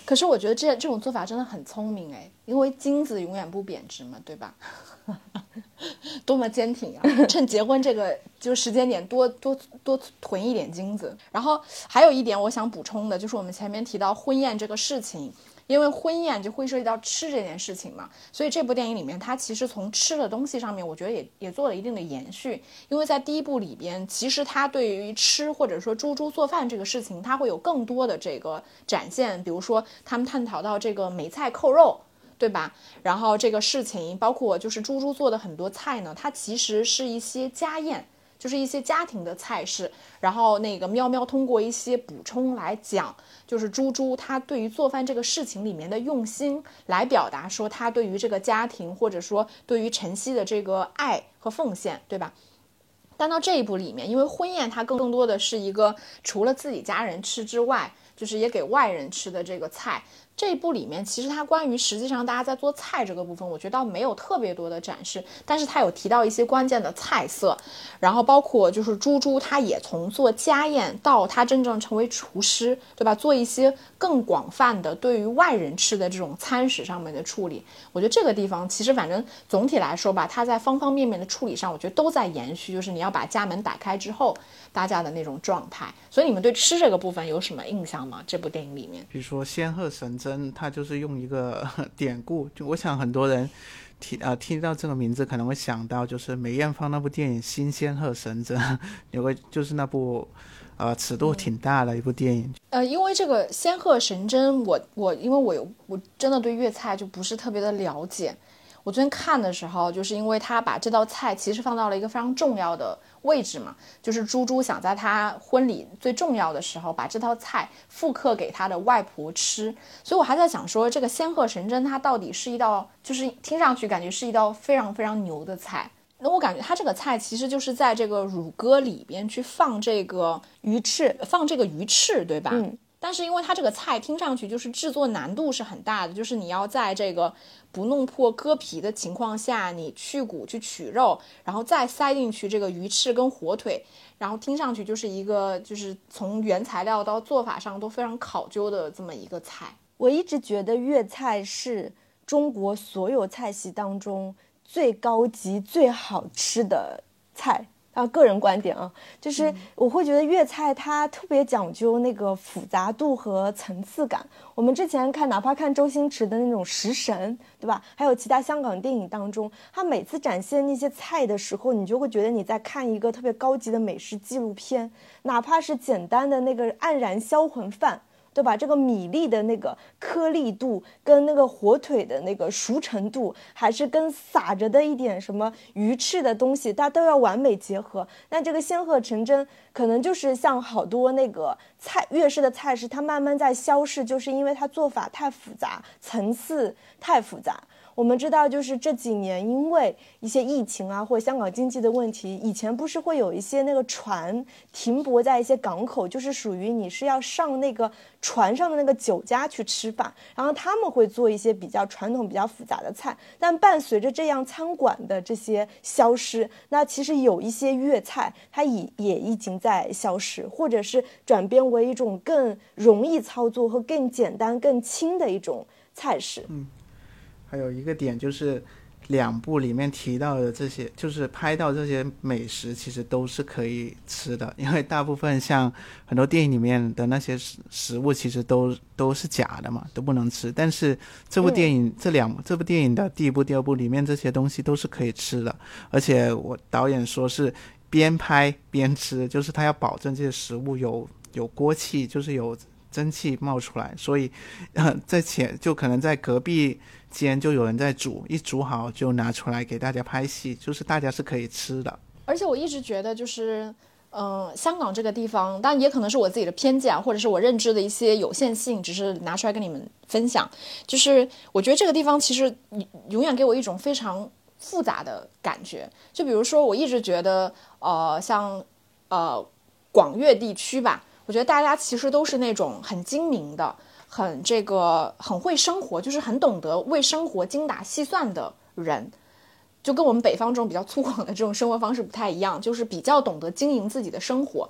S2: 可是我觉得这种做法真的很聪明哎，因为金子永远不贬值嘛，对吧？多么坚挺啊！趁结婚这个就是时间点多囤一点金子。然后还有一点我想补充的就是我们前面提到婚宴这个事情，因为婚宴就会涉及到吃这件事情嘛，所以这部电影里面它其实从吃的东西上面我觉得也做了一定的延续。因为在第一部里边其实它对于吃或者说猪做饭这个事情它会有更多的这个展现，比如说他们探讨到这个梅菜扣肉，对吧？然后这个事情包括就是猪做的很多菜呢，它其实是一些家宴，就是一些家庭的菜式，然后那个喵喵通过一些补充来讲，就是猪他对于做饭这个事情里面的用心，来表达说他对于这个家庭或者说对于晨曦的这个爱和奉献，对吧？但到这一步里面，因为婚宴它更多的是一个除了自己家人吃之外，就是也给外人吃的这个菜。这一部里面其实它关于实际上大家在做菜这个部分我觉得倒没有特别多的展示，但是它有提到一些关键的菜色，然后包括就是猪它也从做家宴到它真正成为厨师，对吧？做一些更广泛的对于外人吃的这种餐食上面的处理。我觉得这个地方其实反正总体来说吧，它在方方面面的处理上我觉得都在延续，就是你要把家门打开之后大家的那种状态。所以你们对吃这个部分有什么印象吗？这部电影里面
S4: 比如说仙鹤神针，它就是用一个典故，就我想很多人听到这个名字可能会想到就是梅艳芳那部电影《新仙鹤神针》，有个就是那部尺度挺大的一部电影。
S2: 因为这个仙鹤神针因为我真的对粤菜就不是特别的了解。我昨天看的时候，就是因为他把这道菜其实放到了一个非常重要的位置嘛，就是猪想在他婚礼最重要的时候把这道菜复刻给他的外婆吃，所以我还在想说这个仙鹤神针它到底是一道，就是听上去感觉是一道非常非常牛的菜。那我感觉它这个菜其实就是在这个乳鸽里边去放这个鱼翅，对吧？但是因为它这个菜听上去就是制作难度是很大的，就是你要在这个不弄破鸽皮的情况下，你去骨去取肉，然后再塞进去这个鱼翅跟火腿，然后听上去就是一个就是从原材料到做法上都非常考究的这么一个菜。
S3: 我一直觉得粤菜是中国所有菜系当中最高级最好吃的菜。个人观点啊，就是我会觉得粤菜它特别讲究那个复杂度和层次感。我们之前哪怕看周星驰的那种食神，对吧？还有其他香港电影当中，他每次展现那些菜的时候，你就会觉得你在看一个特别高级的美食纪录片，哪怕是简单的那个黯然销魂饭，对吧？这个米粒的那个颗粒度跟那个火腿的那个熟成度，还是跟撒着的一点什么鱼翅的东西，它都要完美结合。那这个仙鹤神针可能就是像好多那个粤式的菜式，它慢慢在消逝，就是因为它做法太复杂，层次太复杂。我们知道就是这几年因为一些疫情啊或者香港经济的问题，以前不是会有一些那个船停泊在一些港口，就是属于你是要上那个船上的那个酒家去吃饭，然后他们会做一些比较传统比较复杂的菜。但伴随着这样餐馆的这些消失，那其实有一些粤菜它也已经在消失，或者是转变为一种更容易操作和更简单更轻的一种菜式。
S4: 还有一个点就是两部里面提到的这些，就是拍到这些美食其实都是可以吃的，因为大部分像很多电影里面的那些食物其实都是假的嘛，都不能吃。但是这部电影这部电影的第一部第二部里面这些东西都是可以吃的，而且导演说是边拍边吃，就是他要保证这些食物有锅气，就是有蒸汽冒出来，所以就可能在隔壁间就有人在煮，一煮好就拿出来给大家拍戏，就是大家是可以吃的。
S2: 而且我一直觉得就是香港这个地方，当然也可能是我自己的偏见或者是我认知的一些有限性，只是拿出来跟你们分享。就是我觉得这个地方其实永远给我一种非常复杂的感觉。就比如说我一直觉得像广粤地区吧，我觉得大家其实都是那种很精明的，很会生活，就是很懂得为生活精打细算的人，就跟我们北方这种比较粗犷的这种生活方式不太一样，就是比较懂得经营自己的生活。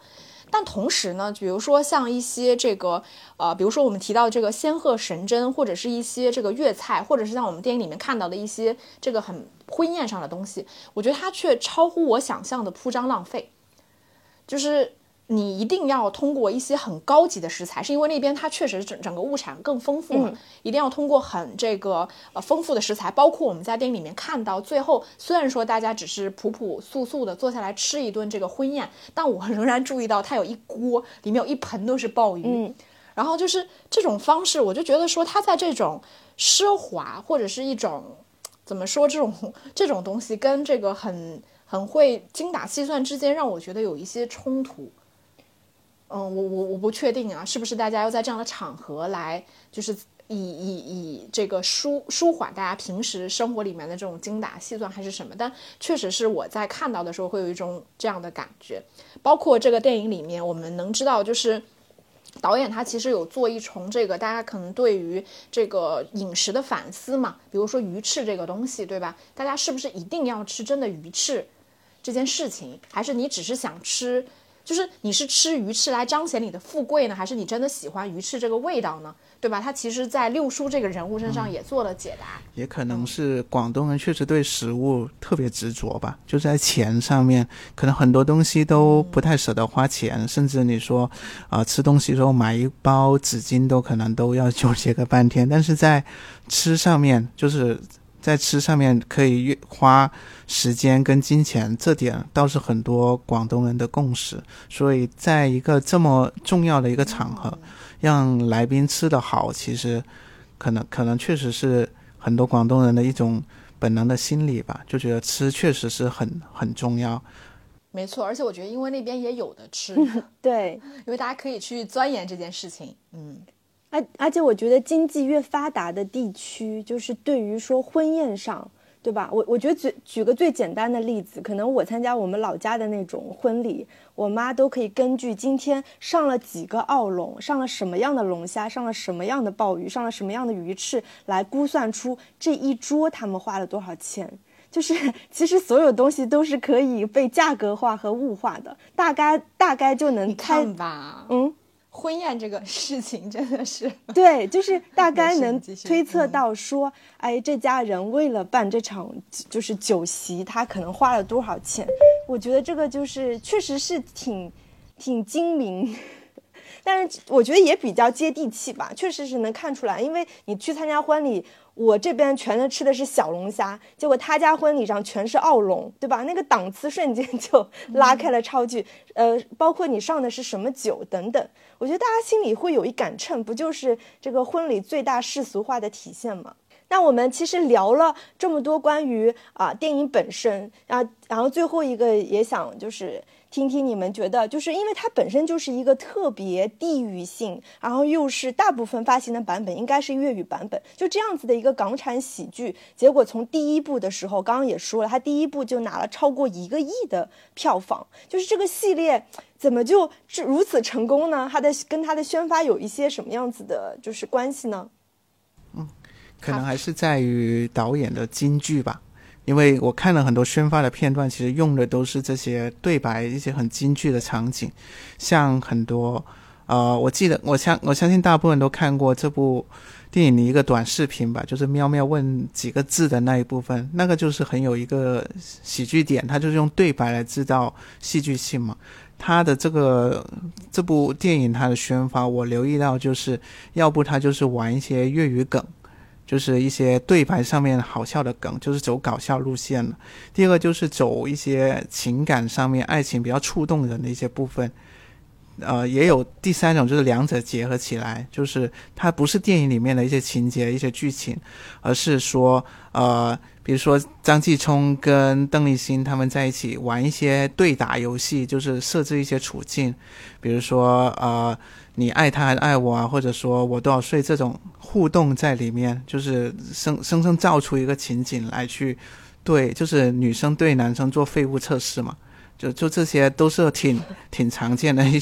S2: 但同时呢，比如说像一些这个比如说我们提到这个仙鹤神针，或者是一些这个粤菜，或者是像我们电影里面看到的一些这个很婚宴上的东西，我觉得它却超乎我想象的铺张浪费。就是你一定要通过一些很高级的食材，是因为那边它确实整个物产更丰富嘛，一定要通过很这个丰富的食材，包括我们在电影里面看到最后，虽然说大家只是朴朴素素的坐下来吃一顿这个婚宴，但我仍然注意到它有一锅里面有一盆都是鲍鱼，然后就是这种方式，我就觉得说它在这种奢华或者是一种怎么说这种东西跟这个很会精打细算之间，让我觉得有一些冲突。我不确定啊，是不是大家要在这样的场合来，就是以这个舒缓大家平时生活里面的这种精打细算还是什么？但确实是我在看到的时候会有一种这样的感觉。包括这个电影里面，我们能知道就是导演他其实有做一重这个大家可能对于这个饮食的反思嘛，比如说鱼翅这个东西，对吧？大家是不是一定要吃真的鱼翅这件事情，还是你只是想吃？就是你是吃鱼翅来彰显你的富贵呢，还是你真的喜欢鱼翅这个味道呢？对吧？他其实在六叔这个人物身上也做了解答。
S4: 也可能是广东人确实对食物特别执着吧，就在钱上面，可能很多东西都不太舍得花钱，甚至你说吃东西的时候买一包纸巾都可能都要纠结个半天，但是在吃上面，就是在吃上面可以花时间跟金钱，这点倒是很多广东人的共识。所以在一个这么重要的一个场合，让来宾吃得好，其实可能确实是很多广东人的一种本能的心理吧，就觉得吃确实是很重要。
S2: 没错，而且我觉得因为那边也有的吃
S3: 对，
S2: 因为大家可以去钻研这件事情。
S3: 而且我觉得经济越发达的地区，就是对于说婚宴上，对吧？我觉得举个最简单的例子，可能我参加我们老家的那种婚礼，我妈都可以根据今天上了几个澳龙，上了什么样的龙虾，上了什么样的鲍鱼，上了什么样的鱼翅，来估算出这一桌他们花了多少钱。就是其实所有东西都是可以被价格化和物化的，大概就能猜。
S2: 你看吧，婚宴这个事情真的是
S3: 对，就是大概能推测到说，这家人为了办这场就是酒席，他可能花了多少钱。我觉得这个就是确实是挺精明，但是我觉得也比较接地气吧，确实是能看出来。因为你去参加婚礼，我这边全都吃的是小龙虾，结果他家婚礼上全是澳龙，对吧？那个档次瞬间就拉开了超距。包括你上的是什么酒等等，我觉得大家心里会有一杆秤，不就是这个婚礼最大世俗化的体现吗？那我们其实聊了这么多关于电影本身，然后最后一个也想就是听听你们觉得，就是因为它本身就是一个特别地域性，然后又是大部分发行的版本应该是粤语版本，就这样子的一个港产喜剧，结果从第一部的时候，刚刚也说了，它第一部就拿了超过1个亿的票房，就是这个系列怎么就如此成功呢？跟它的宣发有一些什么样子的就是关系呢？
S4: 可能还是在于导演的金句吧，因为我看了很多宣发的片段，其实用的都是这些对白，一些很金句的场景，像很多我记得我相信大部分都看过这部电影的一个短视频吧，就是喵喵问几个字的那一部分，那个就是很有一个喜剧点，它就是用对白来制造戏剧性嘛。他的这部电影它的宣发，我留意到就是要不他就是玩一些粤语梗，就是一些对白上面好笑的梗，就是走搞笑路线了。第二个就是走一些情感上面爱情比较触动人的一些部分，也有第三种就是两者结合起来，就是它不是电影里面的一些情节一些剧情，而是说比如说张继聪跟邓丽欣他们在一起玩一些对打游戏，就是设置一些处境，比如说你爱他还是爱我啊，或者说我多少岁，这种互动在里面，就是生生造出一个情景来去对，就是女生对男生做废物测试嘛，就这些都是挺常见的一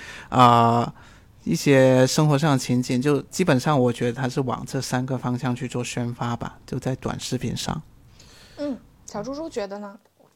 S4: 些生活上的情景，就基本上我觉得他是往这3个方向去做宣发吧，就在短视频上。
S2: 小猪猪觉得呢？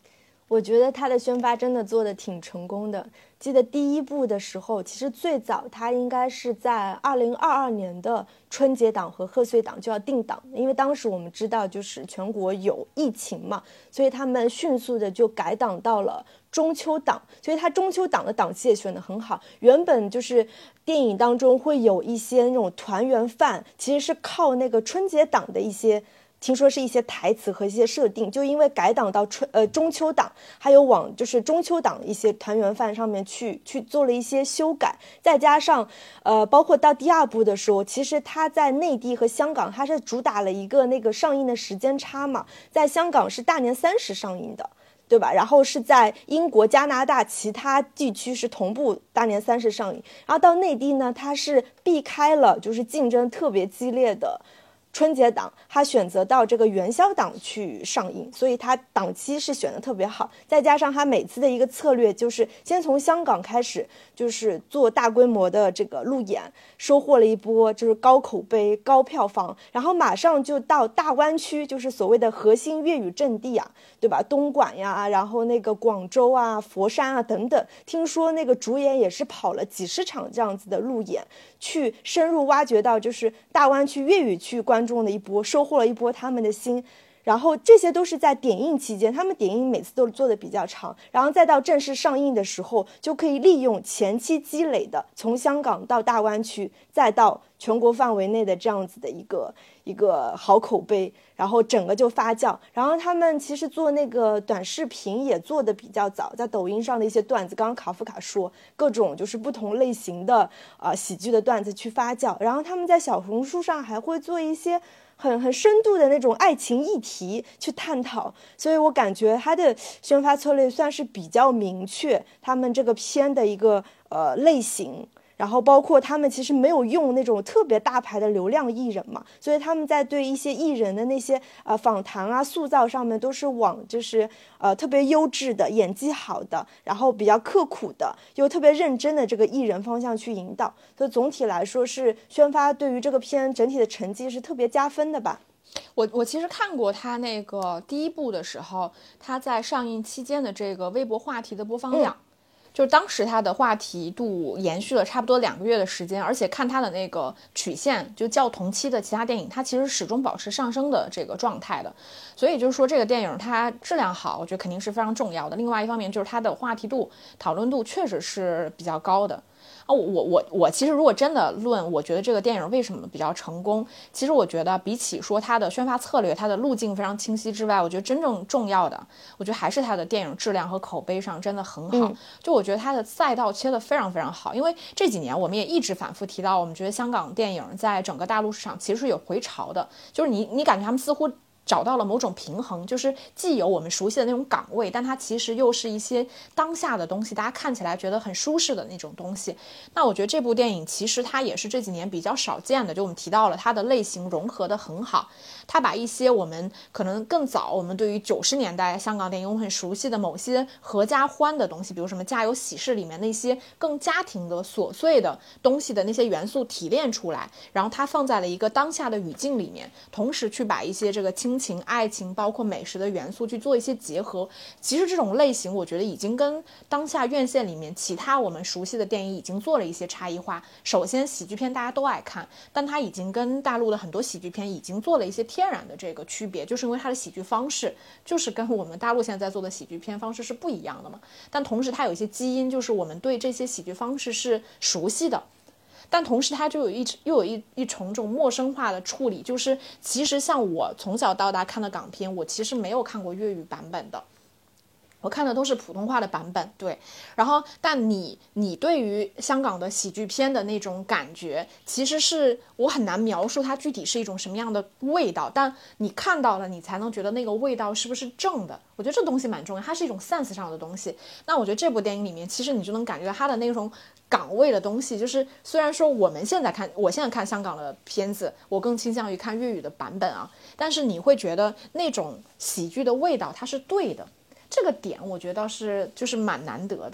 S3: 我觉得他的宣发真的做的挺成功的。记得第一部的时候，其实最早他应该是在2022年的春节档和贺岁档就要定档，因为当时我们知道就是全国有疫情嘛，所以他们迅速的就改档到了中秋档，所以他中秋档的档期也选得很好。原本就是电影当中会有一些那种团圆饭，其实是靠那个春节档的一些听说是一些台词和一些设定，就因为改档到中秋档，还有往就是中秋档一些团圆饭上面去做了一些修改，再加上包括到第二部的时候，其实它在内地和香港它是主打了一个那个上映的时间差嘛，在香港是大年30上映的。对吧？然后是在英国、加拿大其他地区是同步大年30上映，然后到内地呢，它是避开了就是竞争特别激烈的春节档，他选择到这个元宵档去上映，所以他档期是选的特别好。再加上他每次的一个策略就是先从香港开始，就是做大规模的这个路演，收获了一波就是高口碑、高票房，然后马上就到大湾区，就是所谓的核心粤语阵地啊，对吧？东莞呀，然后那个广州啊、佛山啊等等，听说那个主演也是跑了几十场这样子的路演，去深入挖掘到就是大湾区粤语区观众的一波，收获了一波他们的心。然后这些都是在点映期间，他们点映每次都做的比较长，然后再到正式上映的时候，就可以利用前期积累的从香港到大湾区再到全国范围内的这样子的一个好口碑，然后整个就发酵。然后他们其实做那个短视频也做的比较早，在抖音上的一些段子，刚刚卡夫卡说各种就是不同类型的喜剧的段子去发酵，然后他们在小红书上还会做一些很深度的那种爱情议题去探讨，所以我感觉他的宣发策略算是比较明确，他们这个片的一个类型，然后包括他们其实没有用那种特别大牌的流量艺人嘛，所以他们在对一些艺人的那些访谈啊、塑造上面都是往就是特别优质的、演技好的，然后比较刻苦的又特别认真的这个艺人方向去引导，所以总体来说是宣发对于这个片整体的成绩是特别加分的吧。
S2: 我其实看过他那个第一部的时候，他在上映期间的这个微博话题的播放量。就是当时它的话题度延续了差不多2个月的时间，而且看它的那个曲线，就较同期的其他电影，它其实始终保持上升的这个状态的。所以就是说这个电影它质量好，我觉得肯定是非常重要的。另外一方面就是它的话题度、讨论度确实是比较高的。我其实如果真的论，我觉得这个电影为什么比较成功，其实我觉得比起说它的宣发策略、它的路径非常清晰之外，我觉得真正重要的，我觉得还是它的电影质量和口碑上真的很好。就我觉得它的赛道切得非常非常好，因为这几年我们也一直反复提到，我们觉得香港电影在整个大陆市场其实是有回潮的，就是你感觉他们似乎找到了某种平衡，就是既有我们熟悉的那种岗位，但它其实又是一些当下的东西，大家看起来觉得很舒适的那种东西。那我觉得这部电影其实它也是这几年比较少见的，就我们提到了它的类型融合的很好，它把一些我们可能更早我们对于90年代香港电影我们很熟悉的某些合家欢的东西，比如什么家有喜事里面那些更家庭的琐碎的东西的那些元素提炼出来，然后它放在了一个当下的语境里面，同时去把一些这个亲情、爱情包括美食的元素去做一些结合。其实这种类型我觉得已经跟当下院线里面其他我们熟悉的电影已经做了一些差异化。首先喜剧片大家都爱看，但它已经跟大陆的很多喜剧片已经做了一些天然的这个区别，就是因为它的喜剧方式就是跟我们大陆现在在做的喜剧片方式是不一样的嘛。但同时它有一些基因，就是我们对这些喜剧方式是熟悉的，但同时它就又有一重这种陌生化的处理，就是其实像我从小到大看的港片，我其实没有看过粤语版本的，我看的都是普通话的版本，对。然后但你对于香港的喜剧片的那种感觉，其实是我很难描述它具体是一种什么样的味道，但你看到了你才能觉得那个味道是不是正的。我觉得这东西蛮重要，它是一种 sense 上的东西。那我觉得这部电影里面其实你就能感觉到它的那种港味的东西，就是虽然说我现在看香港的片子，我更倾向于看粤语的版本啊，但是你会觉得那种喜剧的味道它是对的，这个点我觉得是就是蛮难得的。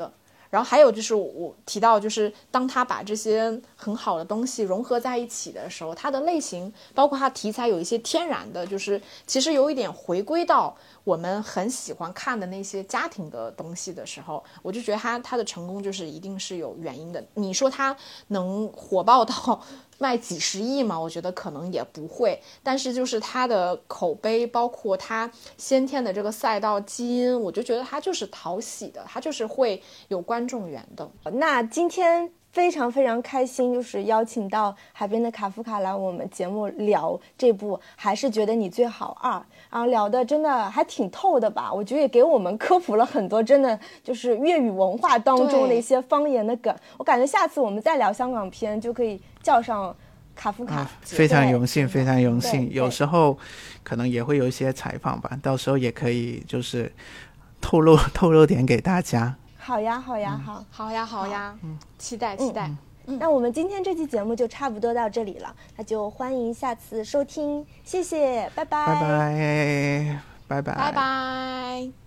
S2: 然后还有就是我提到，就是当他把这些很好的东西融合在一起的时候，它的类型包括它题材有一些天然的，就是其实有一点回归到我们很喜欢看的那些家庭的东西的时候，我就觉得它的成功就是一定是有原因的。你说它能火爆到卖几十亿吗？我觉得可能也不会，但是就是它的口碑，包括它先天的这个赛道基因，我就觉得它就是讨喜的，它就是会有观众缘的。
S3: 那今天非常非常开心，就是邀请到海边的卡夫卡来我们节目聊这部《还是觉得你最好2》，然后聊的真的还挺透的吧，我觉得也给我们科普了很多真的就是粤语文化当中的一些方言的梗。我感觉下次我们再聊香港片就可以叫上卡夫卡。
S4: 非常荣幸，非常荣幸。有时候可能也会有一些采访吧，到时候也可以就是透露点给大家。
S3: 好呀，好呀，
S2: 好呀，期待。
S3: 那我们今天这期节目就差不多到这里了，那就欢迎下次收听，谢谢，拜拜，
S4: 拜拜，拜拜，
S2: 拜拜。